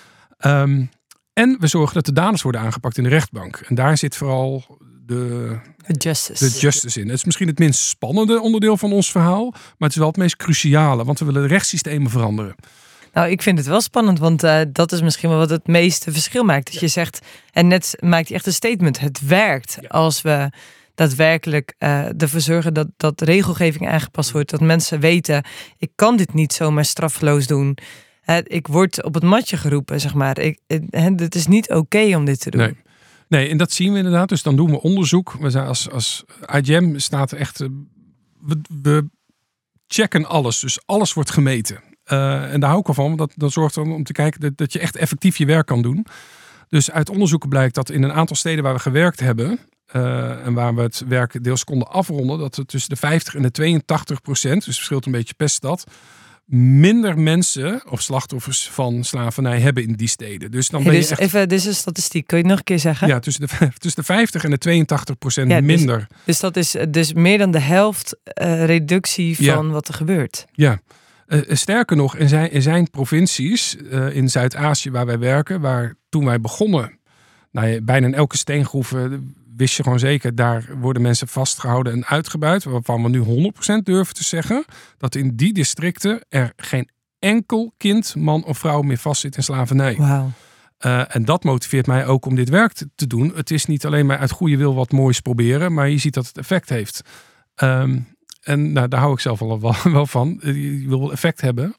En we zorgen dat de daders worden aangepakt in de rechtbank. En daar zit vooral de justice in. Het is misschien het minst spannende onderdeel van ons verhaal, maar het is wel het meest cruciale, want we willen de rechtssystemen veranderen. Nou, ik vind het wel spannend, want dat is misschien wel wat het meeste verschil maakt. Dat je zegt, en net maakt hij echt een statement, het werkt als we daadwerkelijk ervoor zorgen dat regelgeving aangepast wordt, dat mensen weten, ik kan dit niet zomaar straffeloos doen. Ik word op het matje geroepen, zeg maar. Het is niet oké om dit te doen. Nee, en dat zien we inderdaad. Dus dan doen we onderzoek. We zijn als IGM staat echt... We checken alles. Dus alles wordt gemeten. En daar hou ik al van. Dat zorgt er om te kijken dat je echt effectief je werk kan doen. Dus uit onderzoeken blijkt dat in een aantal steden waar we gewerkt hebben... en waar we het werk deels konden afronden... dat het tussen de 50 en de 82%... dus het verschilt een beetje per stad... minder mensen of slachtoffers van slavernij hebben in die steden. Dus dan ben je echt... Even, dit is een statistiek. Kun je het nog een keer zeggen? Ja, tussen de 50 en de 82% minder. Dus dat is dus meer dan de helft reductie van wat er gebeurt. Ja. Sterker nog, er zijn provincies in Zuid-Azië waar wij werken, waar toen wij begonnen, bijna in elke steengroef wist je gewoon zeker, daar worden mensen vastgehouden en uitgebuit. Waarvan we nu 100% durven te zeggen dat in die districten er geen enkel kind, man of vrouw meer vastzit in slavernij. Wauw. En dat motiveert mij ook om dit werk te doen. Het is niet alleen maar uit goede wil wat moois proberen, maar je ziet dat het effect heeft. En daar hou ik zelf wel van. Je wil wel effect hebben.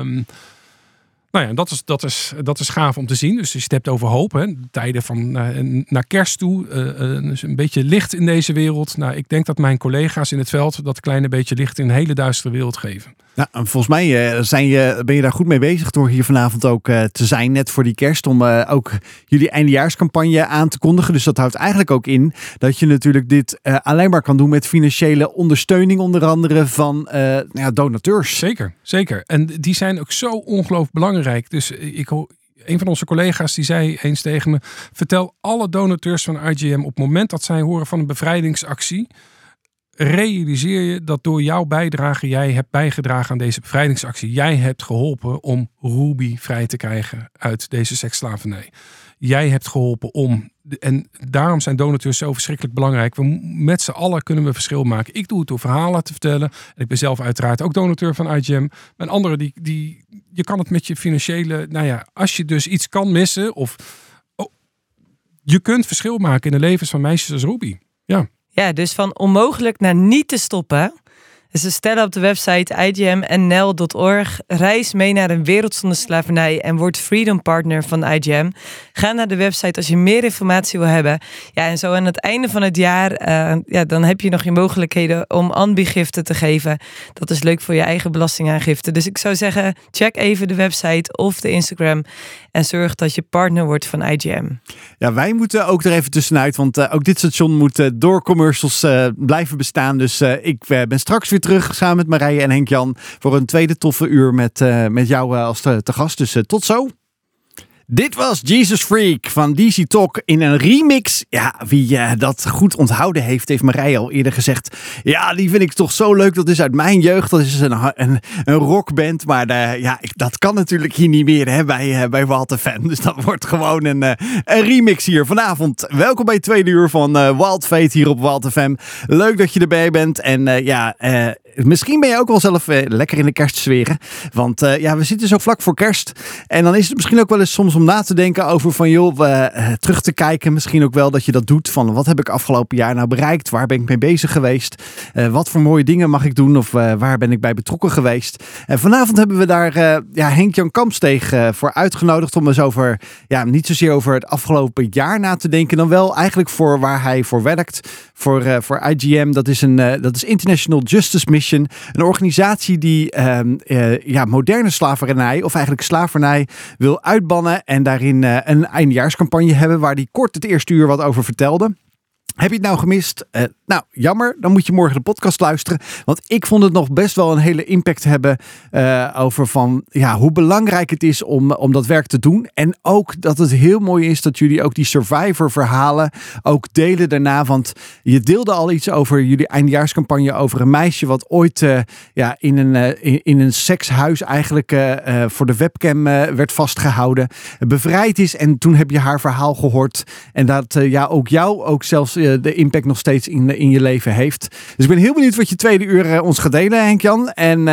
Dat is gaaf om te zien. Dus je het hebt over hoop. Hè. Tijden van naar kerst toe. Dus een beetje licht in deze wereld. Ik denk dat mijn collega's in het veld dat kleine beetje licht in een hele duistere wereld geven. Nou, volgens mij ben je daar goed mee bezig door hier vanavond ook te zijn. Net voor die kerst om ook jullie eindejaarscampagne aan te kondigen. Dus dat houdt eigenlijk ook in dat je natuurlijk dit alleen maar kan doen met financiële ondersteuning. Onder andere van donateurs. Zeker. En die zijn ook zo ongelooflijk belangrijk. Dus een van onze collega's die zei eens tegen me: vertel alle donateurs van IGM op het moment dat zij horen van een bevrijdingsactie, realiseer je dat door jouw bijdrage jij hebt bijgedragen aan deze bevrijdingsactie. Jij hebt geholpen om Ruby vrij te krijgen uit deze seksslavernij. Jij hebt geholpen om... En daarom zijn donateurs zo verschrikkelijk belangrijk. Met z'n allen kunnen we verschil maken. Ik doe het door verhalen te vertellen. En ik ben zelf uiteraard ook donateur van IGM. En anderen je kan het met je financiële... als je dus iets kan missen of... je kunt verschil maken in de levens van meisjes als Ruby. Ja. Ja, dus van onmogelijk naar niet te stoppen. En ze stellen op de website igmnl.org: reis mee naar een wereld zonder slavernij en word Freedom Partner van IGM. Ga naar de website als je meer informatie wil hebben. Ja, en zo aan het einde van het jaar, dan heb je nog je mogelijkheden om ambigiften te geven. Dat is leuk voor je eigen belastingaangifte. Dus ik zou zeggen, check even de website of de Instagram en zorg dat je partner wordt van IGM. Ja, wij moeten ook er even tussenuit, want ook dit station moet door commercials blijven bestaan. Dus ik ben straks weer terug samen met Marije en Henk-Jan voor een tweede toffe uur met jou als te gast. Dus tot zo. Dit was Jesus Freak van DC Talk in een remix. Ja, wie dat goed onthouden heeft Marije al eerder gezegd. Ja, die vind ik toch zo leuk. Dat is uit mijn jeugd. Dat is een rockband. Maar dat kan natuurlijk hier niet meer hè, bij Wild FM. Dus dat wordt gewoon een remix hier vanavond. Welkom bij het tweede uur van Wild Fate hier op Wild FM. Leuk dat je erbij bent. En misschien ben je ook wel zelf lekker in de kerstsferen. Want we zitten zo vlak voor kerst. En dan is het misschien ook wel eens soms om na te denken over van terug te kijken. Misschien ook wel dat je dat doet van wat heb ik afgelopen jaar nou bereikt? Waar ben ik mee bezig geweest? Wat voor mooie dingen mag ik doen? Of waar ben ik bij betrokken geweest? En vanavond hebben we daar Henk-Jan Kampsteeg voor uitgenodigd om eens over, niet zozeer over het afgelopen jaar na te denken, dan wel eigenlijk voor waar hij voor werkt. Voor IGM, dat is International Justice Mission. Een organisatie die moderne slavernij, of eigenlijk slavernij, wil uitbannen. En daarin een eindejaarscampagne hebben waar hij kort het eerste uur wat over vertelde. Heb je het nou gemist? Jammer. Dan moet je morgen de podcast luisteren. Want ik vond het nog best wel een hele impact hebben over van hoe belangrijk het is om dat werk te doen. En ook dat het heel mooi is dat jullie ook die survivor verhalen ook delen daarna. Want je deelde al iets over jullie eindejaarscampagne over een meisje wat ooit in een sekshuis eigenlijk voor de webcam werd vastgehouden. Bevrijd is en toen heb je haar verhaal gehoord. En dat ook jou ook zelfs de impact nog steeds in je leven heeft. Dus ik ben heel benieuwd wat je tweede uur ons gaat delen, Henk-Jan. En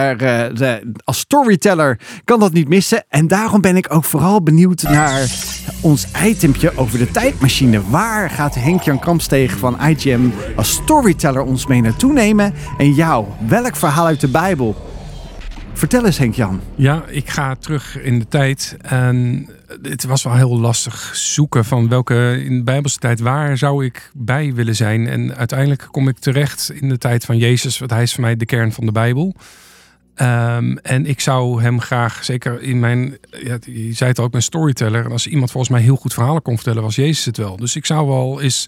als storyteller kan dat niet missen. En daarom ben ik ook vooral benieuwd naar ons itempje over de tijdmachine. Waar gaat Henk-Jan Kampsteeg van IGM als storyteller ons mee naartoe nemen? En welk verhaal uit de Bijbel? Vertel eens, Henk-Jan. Ja, ik ga terug in de tijd. En het was wel heel lastig zoeken van welke in de Bijbelse tijd waar zou ik bij willen zijn. En uiteindelijk kom ik terecht in de tijd van Jezus. Want hij is voor mij de kern van de Bijbel. En ik zou hem graag, zeker in mijn, je zei het al, ook mijn storyteller. En als iemand volgens mij heel goed verhalen kon vertellen, was Jezus het wel. Dus ik zou wel eens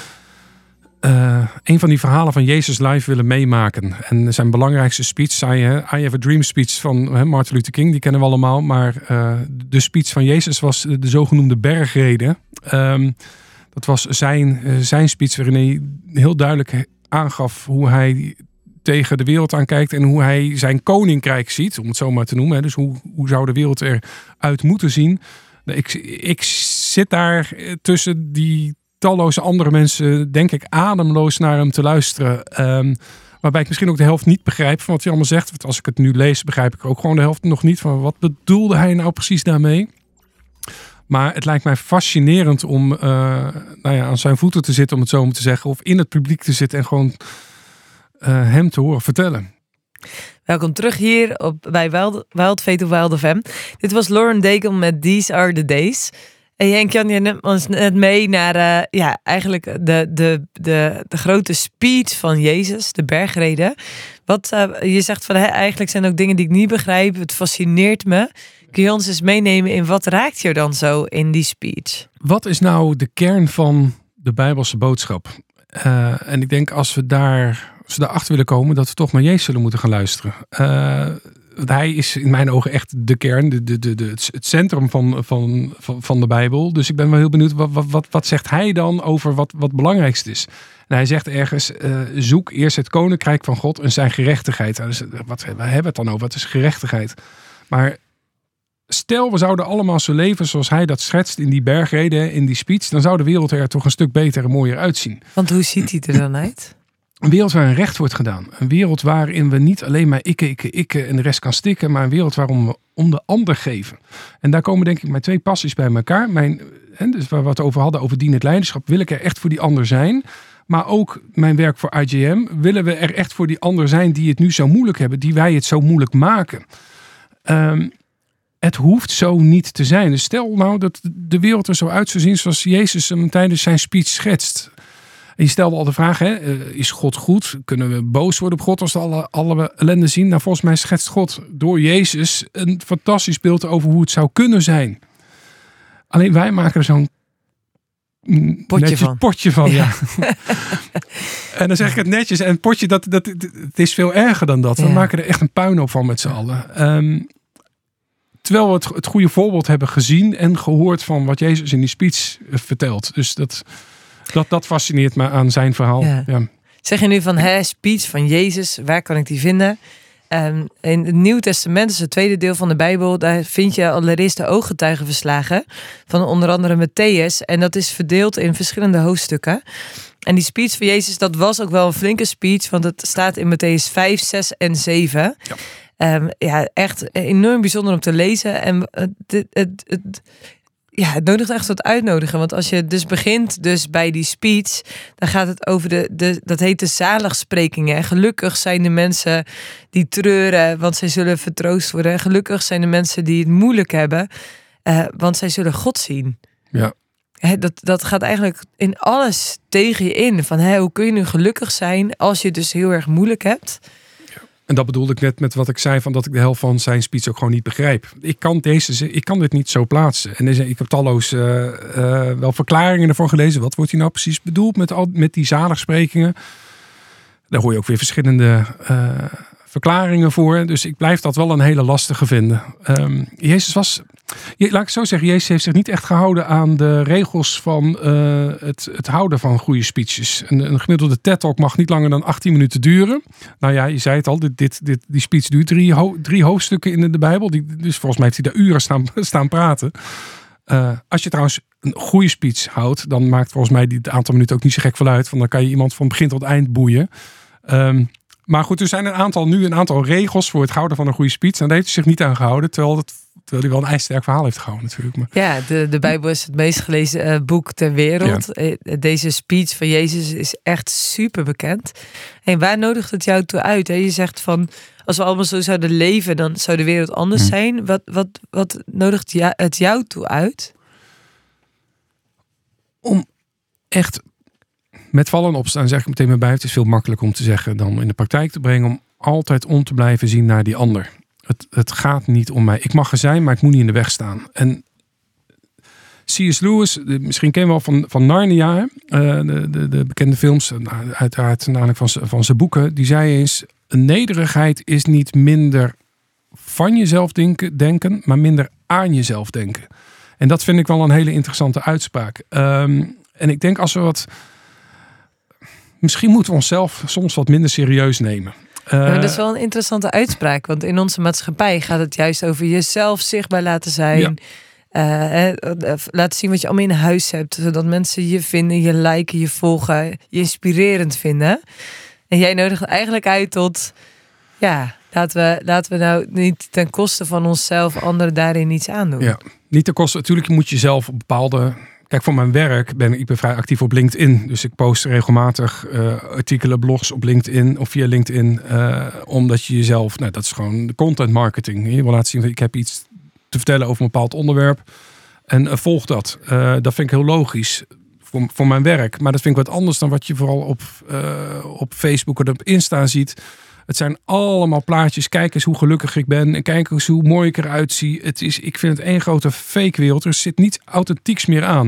een van die verhalen van Jezus live willen meemaken. En zijn belangrijkste speech, zei I Have a Dream speech van Martin Luther King, die kennen we allemaal. Maar de speech van Jezus was de zogenoemde bergrede. Dat was zijn speech waarin hij heel duidelijk aangaf hoe hij tegen de wereld aankijkt en hoe hij zijn koninkrijk ziet, om het zo maar te noemen. Dus hoe zou de wereld eruit moeten zien? Ik zit daar tussen die talloze andere mensen, denk ik, ademloos naar hem te luisteren. Waarbij ik misschien ook de helft niet begrijp van wat hij allemaal zegt. Want als ik het nu lees, begrijp ik ook gewoon de helft nog niet van wat bedoelde hij nou precies daarmee. Maar het lijkt mij fascinerend om aan zijn voeten te zitten, om het zo maar te zeggen. Of in het publiek te zitten en gewoon hem te horen vertellen. Welkom terug hier bij Wild Fate of Wild FM. Dit was Lauren Daigle met These Are The Days. En Henk-Jan, je neemt ons net mee naar eigenlijk de grote speech van Jezus, de bergrede. Je zegt van eigenlijk zijn ook dingen die ik niet begrijp. Het fascineert me. Kun je ons eens meenemen in wat raakt je dan zo in die speech? Wat is nou de kern van de Bijbelse boodschap? En ik denk als we daarachter willen komen, dat we toch naar Jezus zullen moeten gaan luisteren. Hij is in mijn ogen echt de kern, het centrum van de Bijbel. Dus ik ben wel heel benieuwd, wat zegt hij dan over wat belangrijkst is? En hij zegt ergens, zoek eerst het koninkrijk van God en zijn gerechtigheid. Dus, waar hebben we het dan over? Wat is gerechtigheid? Maar stel, we zouden allemaal zo leven zoals hij dat schetst in die bergrede, in die speech. Dan zou de wereld er toch een stuk beter en mooier uitzien. Want hoe ziet hij er dan uit? Een wereld waarin recht wordt gedaan. Een wereld waarin we niet alleen maar ikke en de rest kan stikken. Maar een wereld waarom we om de ander geven. En daar komen denk ik mijn twee passies bij elkaar. Dus waar we het over hadden, over dienend leiderschap. Wil ik er echt voor die ander zijn. maar ook mijn werk voor IJM, willen we er echt voor die ander zijn die het nu zo moeilijk hebben, die wij het zo moeilijk maken. Het hoeft zo niet te zijn. Dus stel nou dat de wereld er zo uit zou zien zoals Jezus hem tijdens zijn speech schetst. En je stelde al de vraag, is God goed? Kunnen we boos worden op God als we alle ellende zien? Nou, volgens mij schetst God door Jezus een fantastisch beeld over hoe het zou kunnen zijn. Alleen wij maken er zo'n potje van. Ja. En dan zeg ik het netjes. En potje, het is veel erger dan dat. We maken er echt een puinhoop van met z'n allen. Terwijl we het goede voorbeeld hebben gezien en gehoord van wat Jezus in die speech vertelt. Dus dat fascineert me aan zijn verhaal. Ja. Ja. Zeg je nu van speech van Jezus, waar kan ik die vinden? In het Nieuw Testament, dus het tweede deel van de Bijbel, daar vind je allereerst de ooggetuigenverslagen van onder andere Mattheüs. En dat is verdeeld in verschillende hoofdstukken. En die speech van Jezus, dat was ook wel een flinke speech, want het staat in Mattheüs 5, 6 en 7. Ja. Echt enorm bijzonder om te lezen. En het nodigt echt tot uitnodigen. Want als je dus begint bij die speech, dan gaat het over dat heet de zaligsprekingen. En gelukkig zijn de mensen die treuren, want zij zullen vertroost worden. En gelukkig zijn de mensen die het moeilijk hebben, want zij zullen God zien. Ja. Dat gaat eigenlijk in alles tegen je in. Van hoe kun je nu gelukkig zijn als je het dus heel erg moeilijk hebt? En dat bedoelde ik net met wat ik zei, van dat ik de helft van zijn speech ook gewoon niet begrijp. Ik kan dit niet zo plaatsen. En ik heb talloos wel verklaringen ervan gelezen. Wat wordt hier nou precies bedoeld met die zaligsprekingen? Daar hoor je ook weer verschillende verklaringen voor. Dus ik blijf dat wel een hele lastige vinden. Jezus laat ik zo zeggen, Jezus heeft zich niet echt gehouden aan de regels van het houden van goede speeches. Een gemiddelde TED-talk mag niet langer dan 18 minuten duren. Nou ja, je zei het al, die speech duurt 3 hoofdstukken in de Bijbel. Dus volgens mij heeft hij daar uren staan praten. Als je trouwens een goede speech houdt, dan maakt volgens mij het aantal minuten ook niet zo gek veel uit. Want dan kan je iemand van begin tot eind boeien. Maar goed, er zijn een aantal regels voor het houden van een goede speech. En daar heeft hij zich niet aan gehouden, terwijl hij wel een ijzersterk verhaal heeft gehouden natuurlijk. Maar... Ja, de Bijbel is het meest gelezen boek ter wereld. Ja. Deze speech van Jezus is echt super bekend. En waar nodigt het jou toe uit? Je zegt van, als we allemaal zo zouden leven, dan zou de wereld anders zijn. Wat nodigt het jou toe uit? Om echt... Met vallen en opstaan zeg ik meteen maar bij. Het is veel makkelijker om te zeggen dan in de praktijk te brengen. Om altijd om te blijven zien naar die ander. Het gaat niet om mij. Ik mag er zijn, maar ik moet niet in de weg staan. En C.S. Lewis, misschien ken je wel van Narnia. De bekende films, uiteraard namelijk van zijn boeken. Die zei eens, nederigheid is niet minder van jezelf denken, maar minder aan jezelf denken. En dat vind ik wel een hele interessante uitspraak. En ik denk als we misschien moeten we onszelf soms wat minder serieus nemen. Dat is wel een interessante uitspraak. Want in onze maatschappij gaat het juist over jezelf zichtbaar laten zijn. Ja. Laten zien wat je allemaal in huis hebt. Zodat mensen je vinden, je liken, je volgen. Je inspirerend vinden. En jij nodigt eigenlijk uit tot... Ja, laten we nou niet ten koste van onszelf anderen daarin iets aandoen. Ja, niet ten koste. Natuurlijk moet je zelf op bepaalde... Kijk, voor mijn werk ben ik vrij actief op LinkedIn. Dus ik post regelmatig artikelen, blogs op LinkedIn of via LinkedIn. Omdat je jezelf, dat is gewoon de content marketing. Je wil laten zien, ik heb iets te vertellen over een bepaald onderwerp. En volg dat. Dat vind ik heel logisch voor mijn werk. Maar dat vind ik wat anders dan wat je vooral op Facebook en op Insta ziet. Het zijn allemaal plaatjes. Kijk eens hoe gelukkig ik ben. En kijk eens hoe mooi ik eruit zie. Ik vind het één grote fake wereld. Er zit niets authentieks meer aan.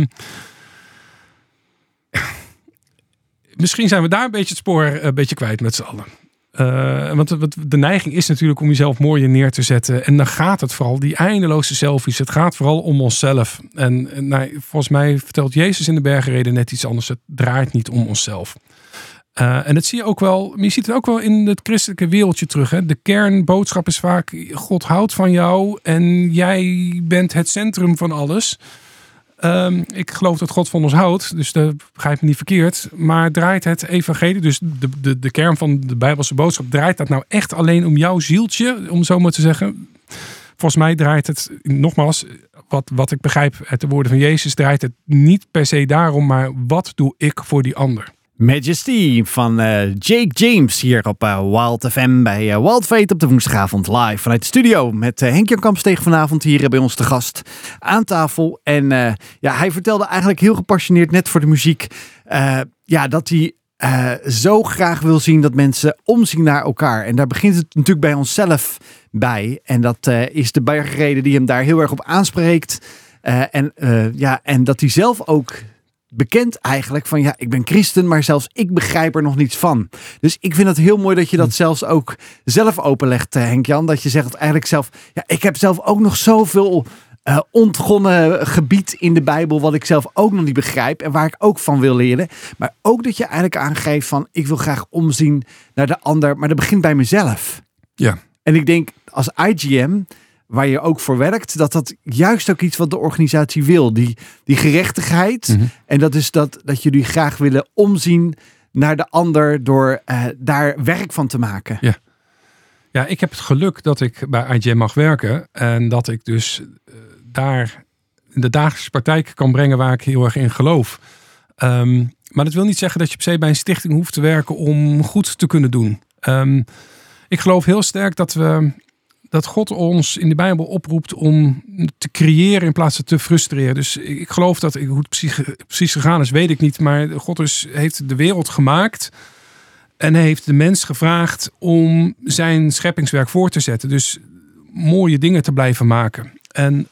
Misschien zijn we daar een beetje het spoor een beetje kwijt met z'n allen. Want de neiging is natuurlijk om jezelf mooier neer te zetten. En dan gaat het vooral, die eindeloze selfies. Het gaat vooral om onszelf. En volgens mij vertelt Jezus in de bergreden net iets anders. Het draait niet om onszelf. En dat zie je ook wel, je ziet het ook wel in het christelijke wereldje terug. Hè? De kernboodschap is vaak, God houdt van jou en jij bent het centrum van alles. Ik geloof dat God van ons houdt, dus dat begrijp me niet verkeerd. Maar draait het evangelie, dus de kern van de Bijbelse boodschap, draait dat nou echt alleen om jouw zieltje, om zo maar te zeggen? Volgens mij draait het, nogmaals, wat ik begrijp uit de woorden van Jezus, draait het niet per se daarom, maar wat doe ik voor die ander? Majesty van Jake James hier op Wild FM bij Wild Fate op de woensdagavond live vanuit de studio met Henk-Jan Kampsteeg vanavond hier bij ons te gast aan tafel. En hij vertelde eigenlijk heel gepassioneerd net voor de muziek dat hij zo graag wil zien dat mensen omzien naar elkaar. En daar begint het natuurlijk bij onszelf bij. En dat is de bergreden die hem daar heel erg op aanspreekt. En dat hij zelf ook bekend eigenlijk van ik ben christen, maar zelfs ik begrijp er nog niets van. Dus ik vind het heel mooi dat je dat zelfs ook zelf openlegt, Henk-Jan. Dat je zegt eigenlijk zelf, ik heb zelf ook nog zoveel ontgonnen gebied in de Bijbel wat ik zelf ook nog niet begrijp en waar ik ook van wil leren. Maar ook dat je eigenlijk aangeeft van ik wil graag omzien naar de ander, maar dat begint bij mezelf. Ja. En ik denk als IGM, waar je ook voor werkt, dat juist ook iets wat de organisatie wil. Die gerechtigheid. Mm-hmm. En dat is dat jullie graag willen omzien naar de ander door daar werk van te maken. Ja. Ja, ik heb het geluk dat ik bij IGM mag werken. En dat ik dus daar in de dagelijkse praktijk kan brengen waar ik heel erg in geloof. Maar dat wil niet zeggen dat je per se bij een stichting hoeft te werken om goed te kunnen doen. Ik geloof heel sterk dat God ons in de Bijbel oproept om te creëren in plaats van te frustreren. Dus ik geloof dat, hoe het precies gegaan is, weet ik niet. Maar God heeft de wereld gemaakt en heeft de mens gevraagd om zijn scheppingswerk voor te zetten. Dus mooie dingen te blijven maken. En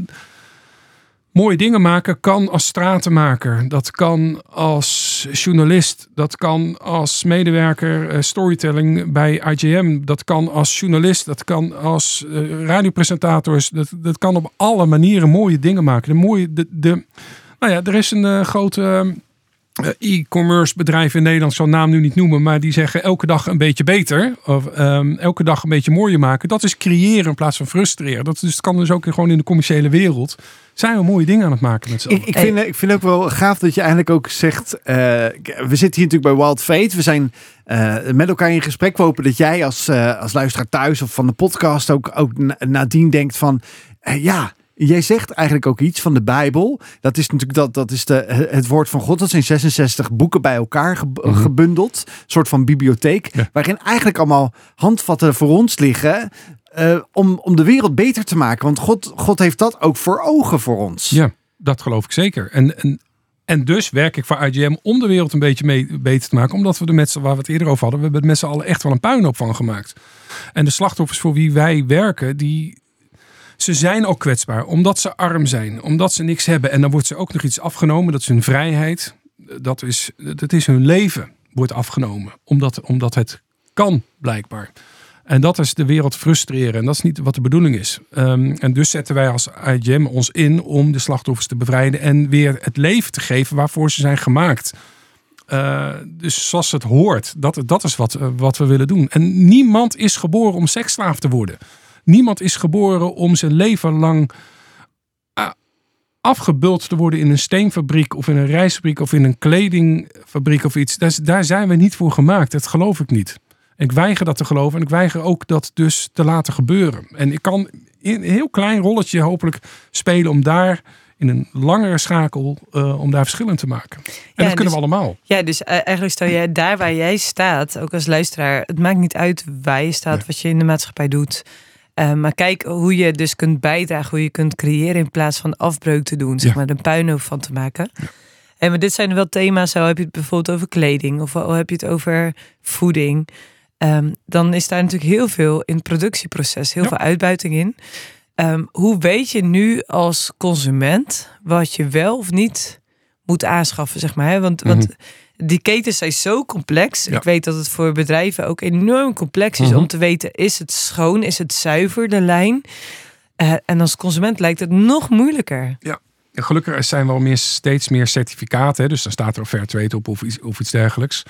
mooie dingen maken kan als stratenmaker. Dat kan als journalist. Dat kan als medewerker storytelling bij IGM. Dat kan als journalist. Dat kan als radiopresentators. Dat kan op alle manieren mooie dingen maken. Er is een grote e-commerce bedrijf in Nederland, ik zal naam nu niet noemen, maar die zeggen elke dag een beetje beter. Of elke dag een beetje mooier maken. Dat is creëren in plaats van frustreren. Dat kan dus ook gewoon in de commerciële wereld. Zijn we mooie dingen aan het maken met z'n allen. Ik vind ook wel gaaf dat je eigenlijk ook zegt, we zitten hier natuurlijk bij Wild Fate. We zijn met elkaar in gesprek. We hopen dat jij als luisteraar thuis of van de podcast ook nadien denkt van, jij zegt eigenlijk ook iets van de Bijbel. Dat is natuurlijk het woord van God. Dat zijn 66 boeken bij elkaar gebundeld. Een soort van bibliotheek. Ja. Waarin eigenlijk allemaal handvatten voor ons liggen. Om de wereld beter te maken. Want God heeft dat ook voor ogen voor ons. Ja, dat geloof ik zeker. En dus werk ik voor IGM om de wereld een beetje beter te maken. Omdat we er met z'n, waar we het eerder over hadden, we hebben er met z'n allen echt wel een puinhoop van gemaakt. En de slachtoffers voor wie wij werken, ze zijn ook kwetsbaar. Omdat ze arm zijn. Omdat ze niks hebben. En dan wordt ze ook nog iets afgenomen. Dat is hun vrijheid. Dat is hun leven wordt afgenomen. Omdat het kan, blijkbaar. En dat is de wereld frustreren. En dat is niet wat de bedoeling is. En dus zetten wij als IGM ons in om de slachtoffers te bevrijden. En weer het leven te geven waarvoor ze zijn gemaakt. Dus zoals het hoort. Dat is wat we willen doen. En niemand is geboren om seksslaaf te worden. Niemand is geboren om zijn leven lang afgebuld te worden in een steenfabriek of in een rijstfabriek of in een kledingfabriek of iets. Daar zijn we niet voor gemaakt. Dat geloof ik niet. Ik weiger dat te geloven en ik weiger ook dat dus te laten gebeuren. En ik kan in een heel klein rolletje hopelijk spelen om daar in een langere schakel om daar verschillen te maken. En dat kunnen we allemaal. Ja, dus eigenlijk stel jij daar waar jij staat, ook als luisteraar, het maakt niet uit waar je staat, wat je in de maatschappij doet. Maar kijk hoe je dus kunt bijdragen, hoe je kunt creëren in plaats van afbreuk te doen, zeg maar, een puinhoop van te maken. Ja. En maar dit zijn wel thema's, zo heb je het bijvoorbeeld over kleding of al heb je het over voeding. Dan is daar natuurlijk heel veel in het productieproces, heel veel uitbuiting in. Hoe weet je nu als consument wat je wel of niet moet aanschaffen, zeg maar? Hè? Want die ketens zijn zo complex. Ja. Ik weet dat het voor bedrijven ook enorm complex is om te weten, is het schoon, is het zuiver, de lijn? En als consument lijkt het nog moeilijker. Ja. Gelukkig zijn wel steeds meer certificaten. Hè? Dus dan staat er Fairtrade op of iets dergelijks.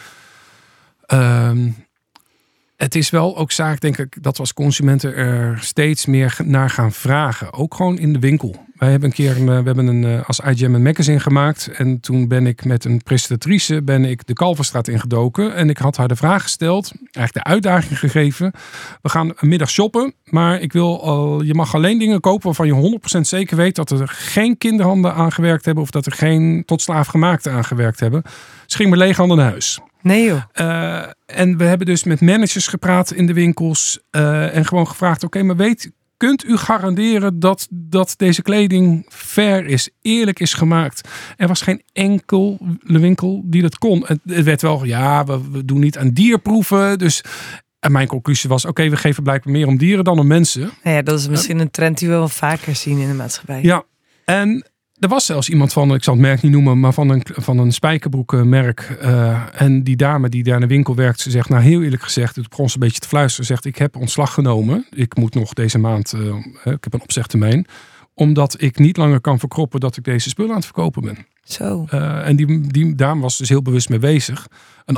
Het is wel ook zaak, denk ik, dat we als consumenten er steeds meer naar gaan vragen. Ook gewoon in de winkel. Wij hebben als IGM een magazine gemaakt. En toen ben ik met een presentatrice de Kalverstraat ingedoken. En ik had haar de vraag gesteld, eigenlijk de uitdaging gegeven. We gaan een middag shoppen, maar je mag alleen dingen kopen waarvan je 100% zeker weet dat er geen kinderhanden aan gewerkt hebben of dat er geen tot slaaf gemaakte aan gewerkt hebben. Ze ging met lege handen naar huis. Nee joh. En we hebben dus met managers gepraat in de winkels. En gewoon gevraagd, oké, maar kunt u garanderen dat deze kleding fair is, eerlijk is gemaakt? Er was geen enkele winkel die dat kon. Het werd wel, we doen niet aan dierproeven. Dus en mijn conclusie was, oké, we geven blijkbaar meer om dieren dan om mensen. Nou ja, dat is misschien een trend die we wel vaker zien in de maatschappij. Ja, en er was zelfs iemand van, ik zal het merk niet noemen, maar van een spijkerbroekenmerk. En die dame die daar in de winkel werkt, ze zegt, nou heel eerlijk gezegd, het begon ze een beetje te fluisteren, zegt, ik heb ontslag genomen. Ik moet nog deze maand, ik heb een opzegtermijn. Omdat ik niet langer kan verkroppen dat ik deze spullen aan het verkopen ben. Zo. En die dame was dus heel bewust mee bezig. Een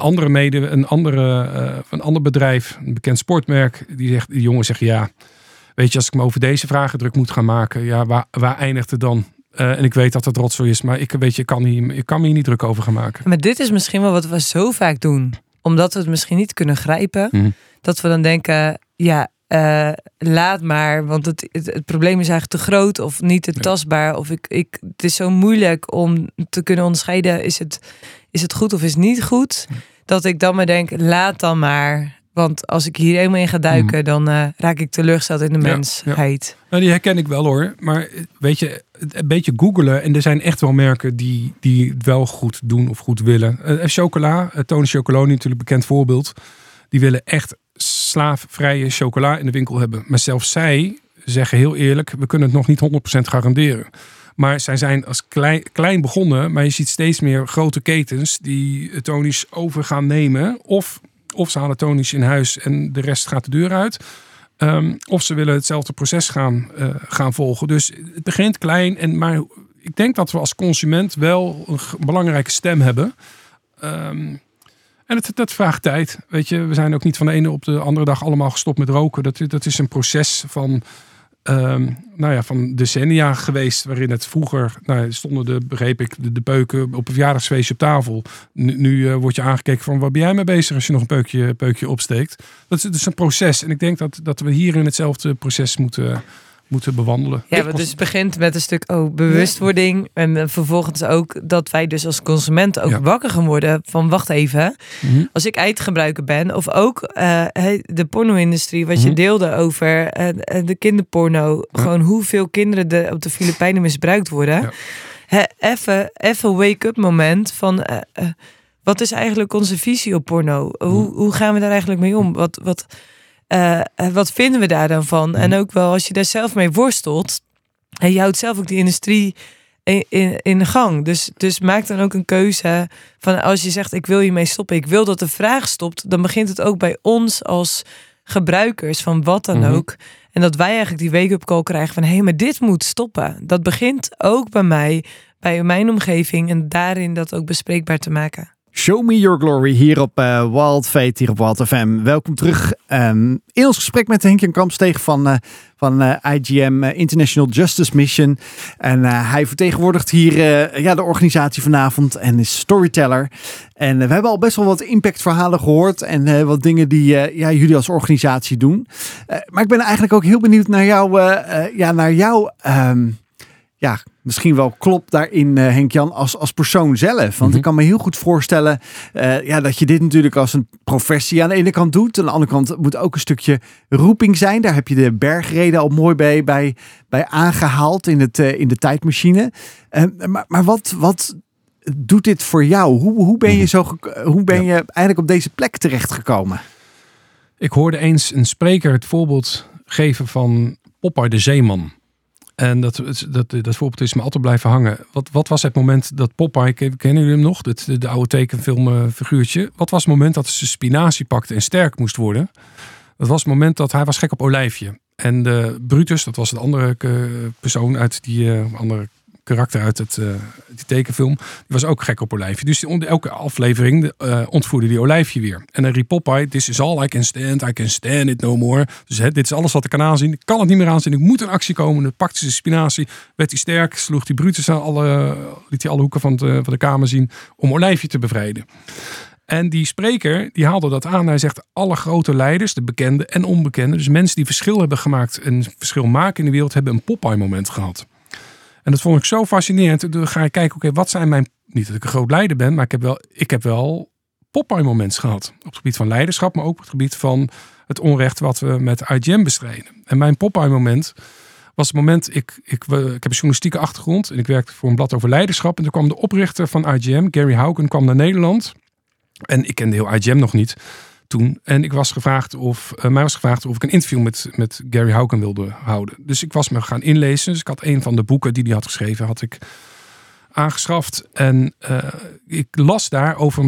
ander bedrijf, een bekend sportmerk, die jongen zegt, weet je, als ik me over deze vragen druk moet gaan maken, waar eindigt het dan? En ik weet dat het rotzooi is, maar ik kan me hier niet druk over gaan maken. Maar dit is misschien wel wat we zo vaak doen. Omdat we het misschien niet kunnen grijpen. Mm-hmm. Dat we dan denken, laat maar. Want het probleem is eigenlijk te groot of niet te tastbaar. Of het is zo moeilijk om te kunnen onderscheiden. Is het goed of is het niet goed? Dat ik dan maar denk, laat dan maar. Want als ik hier eenmaal in ga duiken, dan raak ik teleurgesteld in de mensheid. Ja. Nou, die herken ik wel hoor. Maar weet je, een beetje googelen. En er zijn echt wel merken die het wel goed doen of goed willen. Chocola, Tony Chocoloni natuurlijk bekend voorbeeld. Die willen echt slaafvrije chocola in de winkel hebben. Maar zelfs zij zeggen heel eerlijk, we kunnen het nog niet 100% garanderen. Maar zij zijn als klein begonnen. Maar je ziet steeds meer grote ketens die Tony's over gaan nemen. Of ze halen Tony's in huis en de rest gaat de deur uit. Of ze willen hetzelfde proces gaan volgen. Dus het begint klein. Maar ik denk dat we als consument wel een belangrijke stem hebben. En dat vraagt tijd. Weet je, we zijn ook niet van de ene op de andere dag allemaal gestopt met roken. Dat is een proces van van decennia geweest, waarin het vroeger stonden de peuken op een verjaardagsfeestje op tafel. Nu word je aangekeken van, waar ben jij mee bezig als je nog een peukje opsteekt? Dat is een proces. En ik denk dat we hierin hetzelfde proces moeten bewandelen. Ja, dus het begint met een stuk bewustwording. En vervolgens ook dat wij dus als consumenten ook wakker gaan worden van, wacht even. Mm-hmm. Als ik eindgebruiker ben, of ook de porno-industrie, wat je deelde over de kinderporno. Gewoon hoeveel kinderen op de Filipijnen misbruikt worden. Ja. Even wake-up moment van, wat is eigenlijk onze visie op porno? Hoe gaan we daar eigenlijk mee om? Wat vinden we daar dan van? En ook wel als je daar zelf mee worstelt. En je houdt zelf ook die industrie in de gang. Dus maak dan ook een keuze van, als je zegt, ik wil hiermee stoppen. Ik wil dat de vraag stopt. Dan begint het ook bij ons als gebruikers van wat dan ook. En dat wij eigenlijk die wake-up call krijgen van, hé, maar dit moet stoppen. Dat begint ook bij mij, bij mijn omgeving. En daarin dat ook bespreekbaar te maken. Show Me Your Glory hier op Wild Fate, hier op Wild FM. Welkom terug in ons gesprek met Henk-Jan Kampsteeg van IGM International Justice Mission. En hij vertegenwoordigt hier de organisatie vanavond en is storyteller. En we hebben al best wel wat impactverhalen gehoord en wat dingen die jullie als organisatie doen. Maar ik ben eigenlijk ook heel benieuwd naar jouw misschien wel klopt daarin, Henk-Jan, als persoon zelf. Want ik kan me heel goed voorstellen dat je dit natuurlijk als een professie aan de ene kant doet. Aan de andere kant moet ook een stukje roeping zijn. Daar heb je de bergreden al mooi bij aangehaald in de tijdmachine. Maar wat doet dit voor jou? Hoe ben je eigenlijk op deze plek terechtgekomen? Ik hoorde eens een spreker het voorbeeld geven van Popeye de Zeeman. En dat voorbeeld is me altijd blijven hangen. Wat was het moment dat Popeye, kennen jullie hem nog? De oude tekenfilmfiguurtje. Wat was het moment dat ze spinazie pakte en sterk moest worden? Dat was het moment dat hij was gek op olijfje. En de Brutus, dat was het andere persoon uit die andere karakter uit die tekenfilm, die was ook gek op olijfje. Dus elke aflevering ontvoerde die olijfje weer. En dan riep Popeye, this is all I can stand it no more. Dus dit is alles wat ik kan aanzien. Ik kan het niet meer aanzien, ik moet in actie komen. Dan pakte ze de spinazie, werd hij sterk, sloeg die Brutus liet hij alle hoeken van de kamer zien om olijfje te bevrijden. En die spreker, die haalde dat aan. Hij zegt, alle grote leiders, de bekende en onbekende, dus mensen die verschil hebben gemaakt en verschil maken in de wereld, hebben een Popeye moment gehad. En dat vond ik zo fascinerend. Toen ga ik kijken, oké, wat zijn mijn... Niet dat ik een groot leider ben, maar ik heb wel Popeye-moments gehad. Op het gebied van leiderschap, maar ook op het gebied van het onrecht wat we met IGM bestrijden. En mijn Popeye-moment was het moment... Ik heb een journalistieke achtergrond en ik werkte voor een blad over leiderschap. En toen kwam de oprichter van IGM, Gary Haugen, kwam naar Nederland. En ik kende heel IGM nog niet toen. En mij was gevraagd of ik een interview met Gary Haugen wilde houden. Dus ik was me gaan inlezen. Dus ik had een van de boeken die hij had geschreven, had ik aangeschaft. En ik las daar over een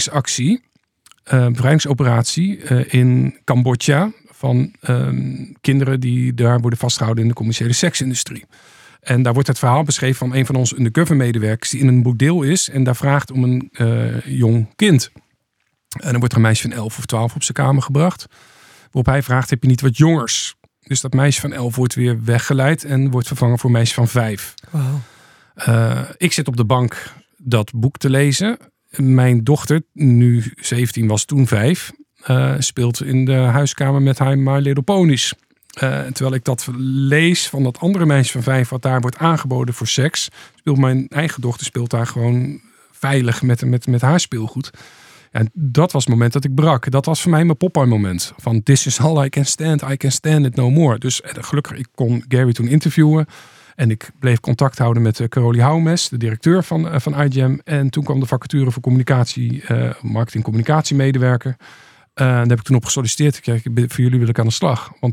bevrijdingsoperatie in Cambodja van kinderen die daar worden vastgehouden in de commerciële seksindustrie. En daar wordt het verhaal beschreven van een van onze undercover medewerkers die in een bordeel is en daar vraagt om een jong kind. En dan wordt er een meisje van 11 of 12 op zijn kamer gebracht. Waarop hij vraagt, heb je niet wat jongers? Dus dat meisje van 11 wordt weer weggeleid en wordt vervangen voor een meisje van 5. Wow. Ik zit op de bank dat boek te lezen. Mijn dochter, nu 17 was toen 5, speelt in de huiskamer met haar My Little Ponies. Terwijl ik dat lees van dat andere meisje van 5 wat daar wordt aangeboden voor seks, speelt mijn eigen dochter daar gewoon veilig met haar speelgoed. Ja, dat was het moment dat ik brak. Dat was voor mij mijn Popeye moment. Van this is all I can stand it no more. Dus gelukkig, ik kon Gary toen interviewen. En ik bleef contact houden met Carolie Houmes, de directeur van IGM. En toen kwam de vacature voor marketing-communicatiemedewerker. Daar heb ik toen op gesolliciteerd. Ik zei, voor jullie wil ik aan de slag. Want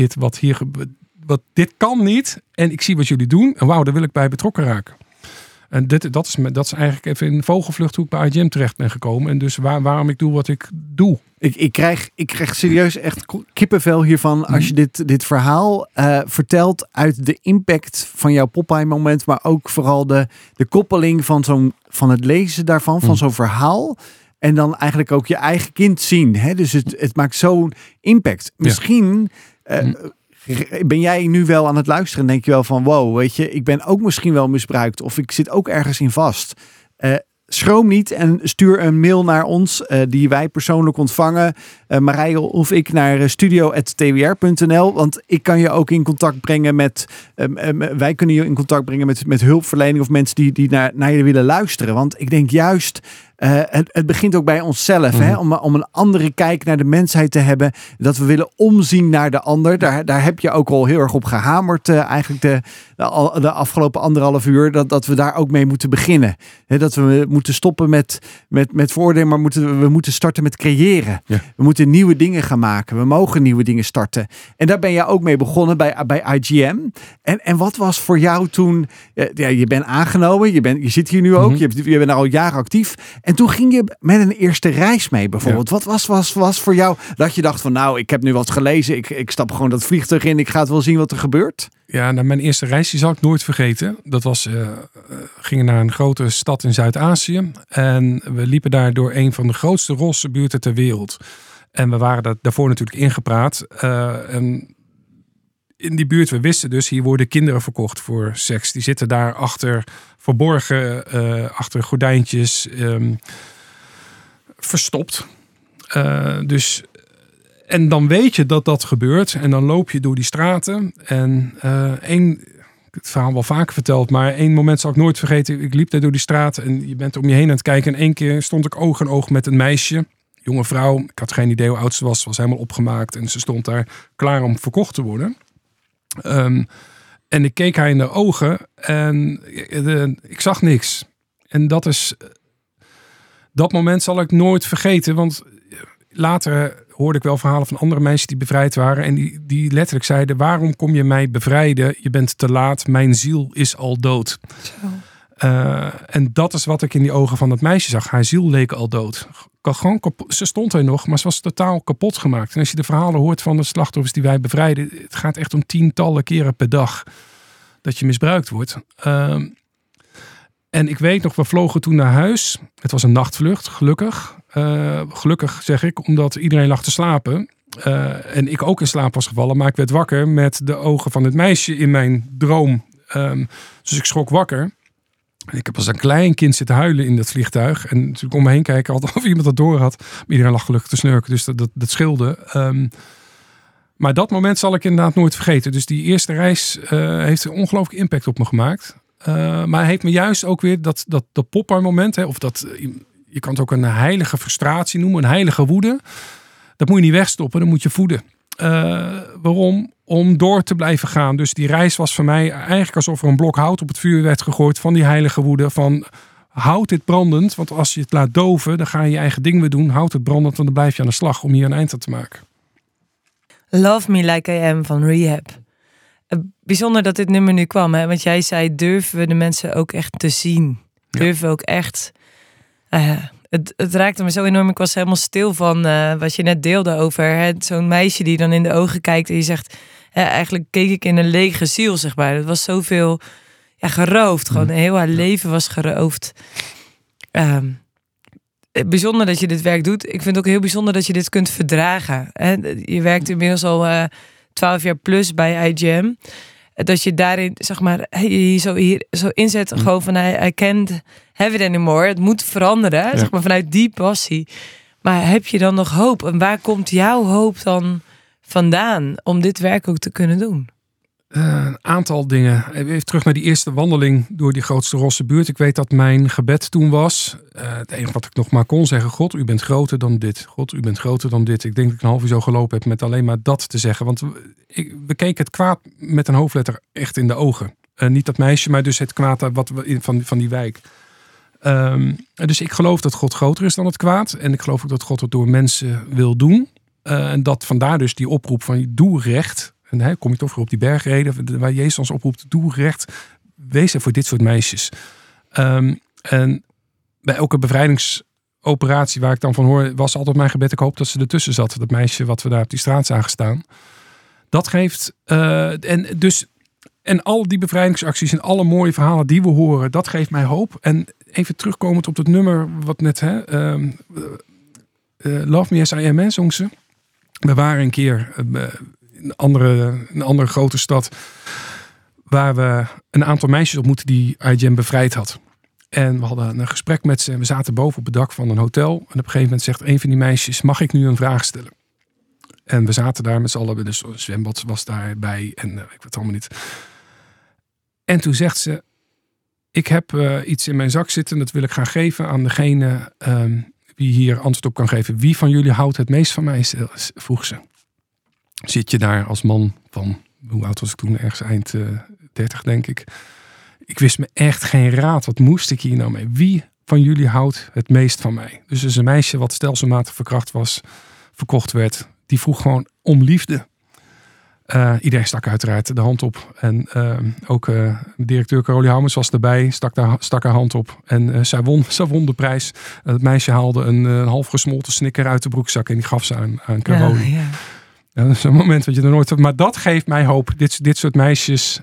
dit kan niet. En ik zie wat jullie doen. En wauw, daar wil ik bij betrokken raken. En dat is eigenlijk even in vogelvlucht hoe ik bij IGM terecht ben gekomen. En dus waarom ik doe wat ik doe. Ik krijg serieus echt kippenvel hiervan als je dit verhaal vertelt uit de impact van jouw Popeye-moment. Maar ook vooral de koppeling van het lezen daarvan, van zo'n verhaal. En dan eigenlijk ook je eigen kind zien. Hè? Dus het maakt zo'n impact. Misschien... ben jij nu wel aan het luisteren en denk je wel van wow, weet je, ik ben ook misschien wel misbruikt of ik zit ook ergens in vast. Schroom niet en stuur een mail naar ons die wij persoonlijk ontvangen. Marije of ik naar studio@twr.nl. Want ik kan je ook in contact brengen met... wij kunnen je in contact brengen met hulpverlening of mensen die naar je willen luisteren. Want ik denk juist... het begint ook bij onszelf. Hè? Om een andere kijk naar de mensheid te hebben. Dat we willen omzien naar de ander. Daar heb je ook al heel erg op gehamerd. Eigenlijk de afgelopen 1,5 uur. Dat we daar ook mee moeten beginnen. Hè? Dat we moeten stoppen met vooroordelen. Maar we moeten starten met creëren. Ja. We moeten nieuwe dingen gaan maken. We mogen nieuwe dingen starten. En daar ben je ook mee begonnen bij IGM. En wat was voor jou toen... je bent aangenomen. Je zit hier nu ook. Je bent al jaren actief. En toen ging je met een eerste reis mee bijvoorbeeld. Ja. Wat was voor jou dat je dacht van nou, ik heb nu wat gelezen. Ik stap gewoon dat vliegtuig in. Ik ga het wel zien wat er gebeurt. Ja, nou, mijn eerste reis die zal ik nooit vergeten. Dat was, gingen naar een grote stad in Zuid-Azië. En we liepen daar door een van de grootste rosse buurten ter wereld. En we waren daarvoor natuurlijk ingepraat. En in die buurt, we wisten dus, hier worden kinderen verkocht voor seks. Die zitten daar verborgen achter gordijntjes, verstopt. En dan weet je dat gebeurt. En dan loop je door die straten. En het verhaal wel vaker verteld, maar één moment zal ik nooit vergeten. Ik liep daar door die straat en je bent om je heen aan het kijken. En 1 keer stond ik oog in oog met een meisje, jonge vrouw. Ik had geen idee hoe oud ze was. Ze was helemaal opgemaakt en ze stond daar klaar om verkocht te worden. En ik keek haar in de ogen en ik zag niks. En dat moment zal ik nooit vergeten. Want later hoorde ik wel verhalen van andere meisjes die bevrijd waren. En die letterlijk zeiden, waarom kom je mij bevrijden? Je bent te laat, mijn ziel is al dood. En dat is wat ik in die ogen van dat meisje zag. Haar ziel leek al dood. Ze stond er nog, maar ze was totaal kapot gemaakt. En als je de verhalen hoort van de slachtoffers die wij bevrijden, het gaat echt om tientallen keren per dag dat je misbruikt wordt. En ik weet nog, we vlogen toen naar huis. Het was een nachtvlucht, gelukkig. Gelukkig zeg ik, omdat iedereen lag te slapen. En ik ook in slaap was gevallen, maar ik werd wakker met de ogen van het meisje in mijn droom. Dus ik schrok wakker. Ik heb als een klein kind zitten huilen in dat vliegtuig. En natuurlijk om me heen kijken of iemand dat door had. Maar iedereen lag gelukkig te snurken, dus dat scheelde. Maar dat moment zal ik inderdaad nooit vergeten. Dus die eerste reis heeft een ongelooflijke impact op me gemaakt. Maar het heeft me juist ook weer dat popper moment. Hè, of dat, je kan het ook een heilige frustratie noemen. Een heilige woede. Dat moet je niet wegstoppen. Dat moet je voeden. Waarom? Om door te blijven gaan. Dus die reis was voor mij eigenlijk alsof er een blok hout op het vuur werd gegooid. Van die heilige woede. Van houd dit brandend. Want als je het laat doven. Dan ga je je eigen ding weer doen. Houd het brandend. Want dan blijf je aan de slag. Om hier een eind aan te maken. Love Me Like I Am van Rehab. Bijzonder dat dit nummer nu kwam. Hè? Want jij zei, durven we de mensen ook echt te zien? Durven we ook echt... Het raakte me zo enorm. Ik was helemaal stil van wat je net deelde over zo'n meisje die dan in de ogen kijkt en je zegt, eigenlijk keek ik in een lege ziel, zeg maar. Het was zoveel geroofd. Gewoon heel haar leven was geroofd. Bijzonder dat je dit werk doet. Ik vind het ook heel bijzonder dat je dit kunt verdragen. Hè? Je werkt inmiddels al 12 jaar plus bij IGM. Dat je daarin, zeg maar, hier zo inzet. Gewoon van, I can't have it anymore. Het moet veranderen, zeg maar, vanuit die passie. Maar heb je dan nog hoop? En waar komt jouw hoop dan vandaan om dit werk ook te kunnen doen? Een aantal dingen. Even terug naar die eerste wandeling door die grootste rosse buurt. Ik weet dat mijn gebed toen was. Het enige wat ik nog maar kon zeggen. God, u bent groter dan dit. God, u bent groter dan dit. Ik denk dat ik een half uur zo gelopen heb met alleen maar dat te zeggen. Want we keken het kwaad met een hoofdletter echt in de ogen. Niet dat meisje, maar dus het kwaad van die wijk. Dus ik geloof dat God groter is dan het kwaad. En ik geloof ook dat God het door mensen wil doen. En dat vandaar dus die oproep van doe recht. En kom je toch weer op die bergreden waar Jezus ons oproept, doe recht, wees er voor dit soort meisjes. En bij elke bevrijdingsoperatie waar ik dan van hoor, was altijd mijn gebed, ik hoop dat ze ertussen zat. Dat meisje wat we daar op die straat zagen staan. Dat geeft, en al die bevrijdingsacties en alle mooie verhalen die we horen, dat geeft mij hoop. En even terugkomend op het nummer wat net, Love Me As I Am, zong ze. We waren een keer een andere grote stad waar we een aantal meisjes ontmoetten die IGM bevrijd had. En we hadden een gesprek met ze en we zaten boven op het dak van een hotel. En op een gegeven moment zegt een van die meisjes, mag ik nu een vraag stellen? En we zaten daar met z'n allen, dus een zwembad was daarbij en ik weet het allemaal niet. En toen zegt ze, ik heb iets in mijn zak zitten en dat wil ik gaan geven aan degene wie hier antwoord op kan geven. Wie van jullie houdt het meest van mij? Vroeg ze. Zit je daar als man van, hoe oud was ik toen? Ergens eind 30 denk ik. Ik wist me echt geen raad. Wat moest ik hier nou mee? Wie van jullie houdt het meest van mij? Dus er is een meisje wat stelselmatig verkocht werd. Die vroeg gewoon om liefde. Iedereen stak uiteraard de hand op. En ook directeur Carolie Hammers was erbij. Stak haar hand op. En zij won de prijs. Het meisje haalde een half gesmolten Snicker uit de broekzak. En die gaf ze aan Carolie. Ja. Ja, dat is een moment wat je er nooit... Maar dat geeft mij hoop. Dit soort meisjes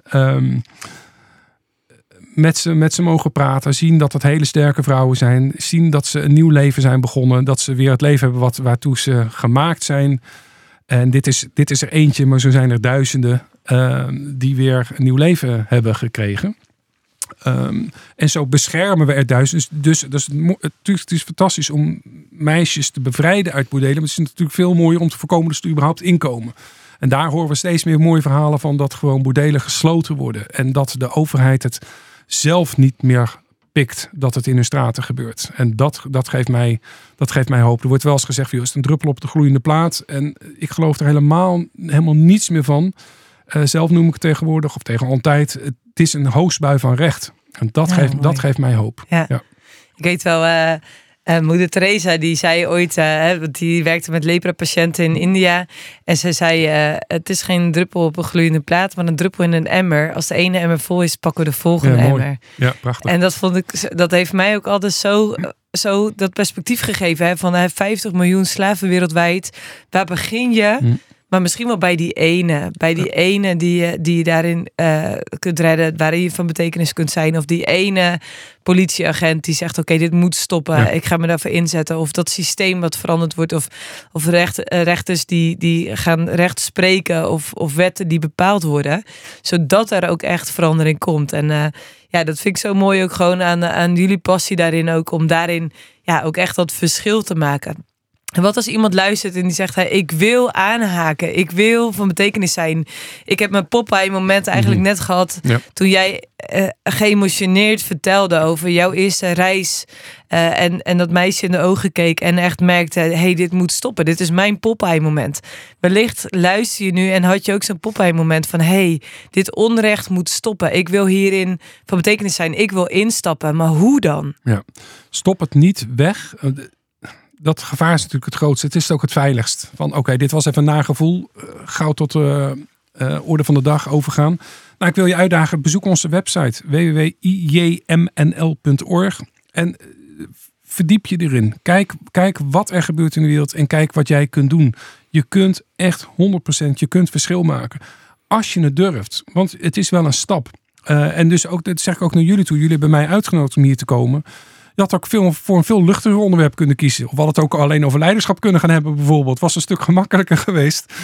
met ze mogen praten. Zien dat het hele sterke vrouwen zijn. Zien dat ze een nieuw leven zijn begonnen. Dat ze weer het leven hebben waartoe ze gemaakt zijn. En dit is er eentje, maar zo zijn er duizenden die weer een nieuw leven hebben gekregen. En zo beschermen we er duizenden. Dus het is fantastisch om meisjes te bevrijden uit bordelen. Maar het is natuurlijk veel mooier om te voorkomen dat ze überhaupt inkomen. En daar horen we steeds meer mooie verhalen van dat gewoon bordelen gesloten worden. En dat de overheid het zelf niet meer pikt dat het in hun straten gebeurt. En dat geeft mij hoop. Er wordt wel eens gezegd, het is een druppel op de gloeiende plaat. En ik geloof er helemaal niets meer van. Zelf noem ik het tegenwoordig, of tegen altijd. Het is een hoogstbui van recht. En dat geeft mij hoop. Ja. Ja. Ik weet wel, moeder Teresa die zei ooit, want die werkte met lepra-patiënten in India. En ze zei, het is geen druppel op een gloeiende plaat, maar een druppel in een emmer. Als de ene emmer vol is, pakken we de volgende emmer. Ja, prachtig. En dat heeft mij ook altijd zo dat perspectief gegeven. Hè, van 50 miljoen slaven wereldwijd. Waar begin je? Maar misschien wel bij die ene die je daarin kunt redden, waarin je van betekenis kunt zijn. Of die ene politieagent die zegt, oké, dit moet stoppen. Ja. Ik ga me daarvoor inzetten. Of dat systeem wat veranderd wordt. Of rechters die gaan recht spreken. Of wetten die bepaald worden. Zodat er ook echt verandering komt. En dat vind ik zo mooi ook gewoon aan jullie passie daarin ook. Om daarin ook echt dat verschil te maken. En wat als iemand luistert en die zegt, ik wil aanhaken. Ik wil van betekenis zijn. Ik heb mijn Popeye moment eigenlijk net gehad. Ja. Toen jij geëmotioneerd vertelde over jouw eerste reis. En dat meisje in de ogen keek en echt merkte, dit moet stoppen. Dit is mijn Popeye moment. Wellicht luister je nu en had je ook zo'n Popeye moment van, dit onrecht moet stoppen. Ik wil hierin van betekenis zijn. Ik wil instappen. Maar hoe dan? Ja. Stop het niet weg. Dat gevaar is natuurlijk het grootste. Het is ook het veiligst. Van oké, dit was even een nagevoel. Gauw tot orde van de dag overgaan. Nou, ik wil je uitdagen. Bezoek onze website www.ijmnl.org en verdiep je erin. Kijk wat er gebeurt in de wereld en kijk wat jij kunt doen. Je kunt echt 100%, je kunt verschil maken. Als je het durft. Want het is wel een stap. En dus ook, dat zeg ik ook naar jullie toe. Jullie hebben mij uitgenodigd om hier te komen. Je had ook voor een veel luchtiger onderwerp kunnen kiezen. Of we hadden het ook alleen over leiderschap kunnen gaan hebben bijvoorbeeld. Het was een stuk gemakkelijker geweest.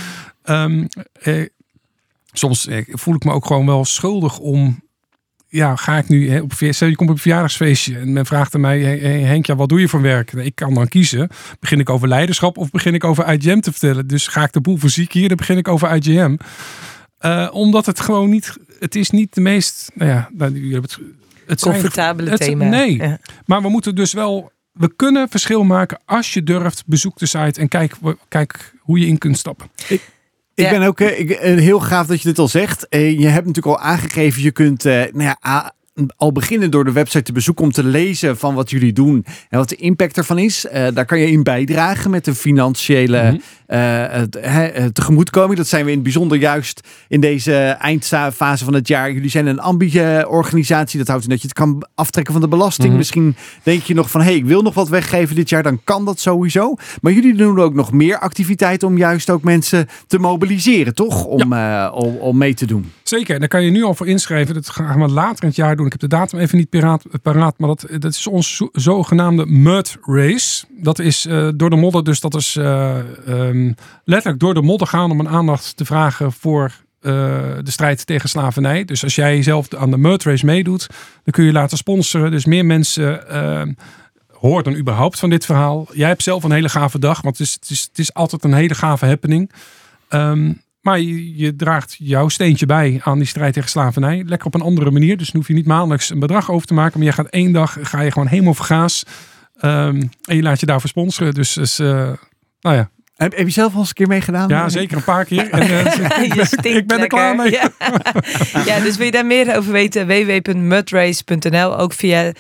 Soms voel ik me ook gewoon wel schuldig om... Ja, ga ik nu... Stel je komt op een verjaardagsfeestje en men vraagt aan mij... Hey Henk, wat doe je voor werk? Ik kan dan kiezen. Begin ik over leiderschap of begin ik over IGM te vertellen? Dus ga ik de boel fysiek hier, dan begin ik over IGM. Omdat het gewoon niet... Het is niet de meest... jullie hebben het comfortabele thema. Nee, ja. Maar we moeten dus wel... We kunnen verschil maken als je durft. Bezoek de site en kijk hoe je in kunt stappen. Ik ben ook heel gaaf dat je dit al zegt. Je hebt natuurlijk al aangegeven, je kunt al beginnen door de website te bezoeken om te lezen van wat jullie doen en wat de impact ervan is. Daar kan je in bijdragen met een financiële tegemoetkoming. Dat zijn we in het bijzonder juist in deze eindfase van het jaar. Jullie zijn een ambi-organisatie. Dat houdt in dat je het kan aftrekken van de belasting. Misschien denk je nog van, ik wil nog wat weggeven dit jaar. Dan kan dat sowieso. Maar jullie doen ook nog meer activiteiten om juist ook mensen te mobiliseren, toch? Om mee te doen. Zeker. Daar kan je nu al voor inschrijven. Dat gaan we later in het jaar doen. Ik heb de datum even niet paraat. Maar dat is ons zogenaamde Mud Race. Dat is door de modder. Dus dat is letterlijk door de modder gaan om een aandacht te vragen voor de strijd tegen slavernij. Dus als jij zelf aan de Mud Race meedoet, dan kun je laten sponsoren. Dus meer mensen horen dan überhaupt van dit verhaal. Jij hebt zelf een hele gave dag, want het is altijd een hele gave happening. Maar je draagt jouw steentje bij aan die strijd tegen slavernij. Lekker op een andere manier. Dus dan hoef je niet maandelijks een bedrag over te maken. Maar je gaat één dag, ga je gewoon helemaal vergaas. En je laat je daarvoor sponsoren. Dus Heb je zelf al eens een keer meegedaan? Ja, zeker een paar keer. En, ik ben er klaar mee. Ja, dus wil je daar meer over weten? www.mudrace.nl. Ook via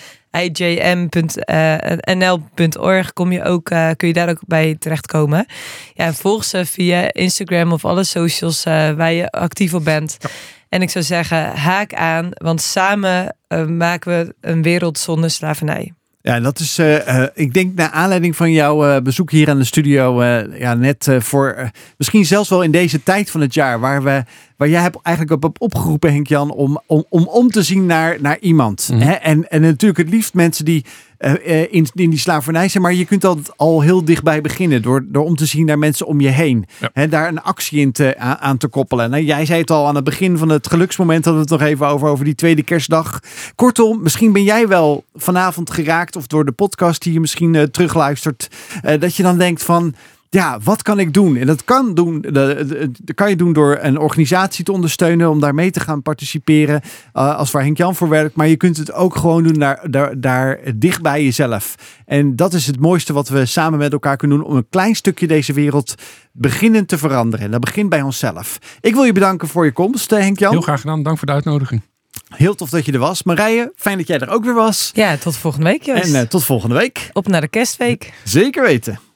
ijm.nl.org kun je daar ook bij terechtkomen. Ja, volg ze via Instagram of alle socials waar je actief op bent. Ja. En ik zou zeggen, haak aan, want samen maken we een wereld zonder slavernij. Ja, dat is, ik denk naar aanleiding van jouw bezoek hier aan de studio, net voor misschien zelfs wel in deze tijd van het jaar, waar jij hebt eigenlijk op opgeroepen, Henk-Jan, om te zien naar iemand. Mm-hmm. Hè? En natuurlijk het liefst mensen die in die slavernij zijn, maar je kunt dat al heel dichtbij beginnen door om te zien naar mensen om je heen. Ja. Hè, daar een actie aan te koppelen. Nou, jij zei het al aan het begin van het geluksmoment, hadden we het nog even over die tweede kerstdag. Kortom, misschien ben jij wel vanavond geraakt of door de podcast die je misschien terugluistert, dat je dan denkt van, ja, wat kan ik doen? En dat kan je doen door een organisatie te ondersteunen, om daar mee te gaan participeren, als waar Henk-Jan voor werkt. Maar je kunt het ook gewoon doen daar dicht bij jezelf. En dat is het mooiste wat we samen met elkaar kunnen doen, om een klein stukje deze wereld beginnen te veranderen. En dat begint bij onszelf. Ik wil je bedanken voor je komst, Henk-Jan. Heel graag gedaan. Dank voor de uitnodiging. Heel tof dat je er was. Marije, fijn dat jij er ook weer was. Ja, tot volgende week, Joost. En tot volgende week. Op naar de kerstweek. Zeker weten.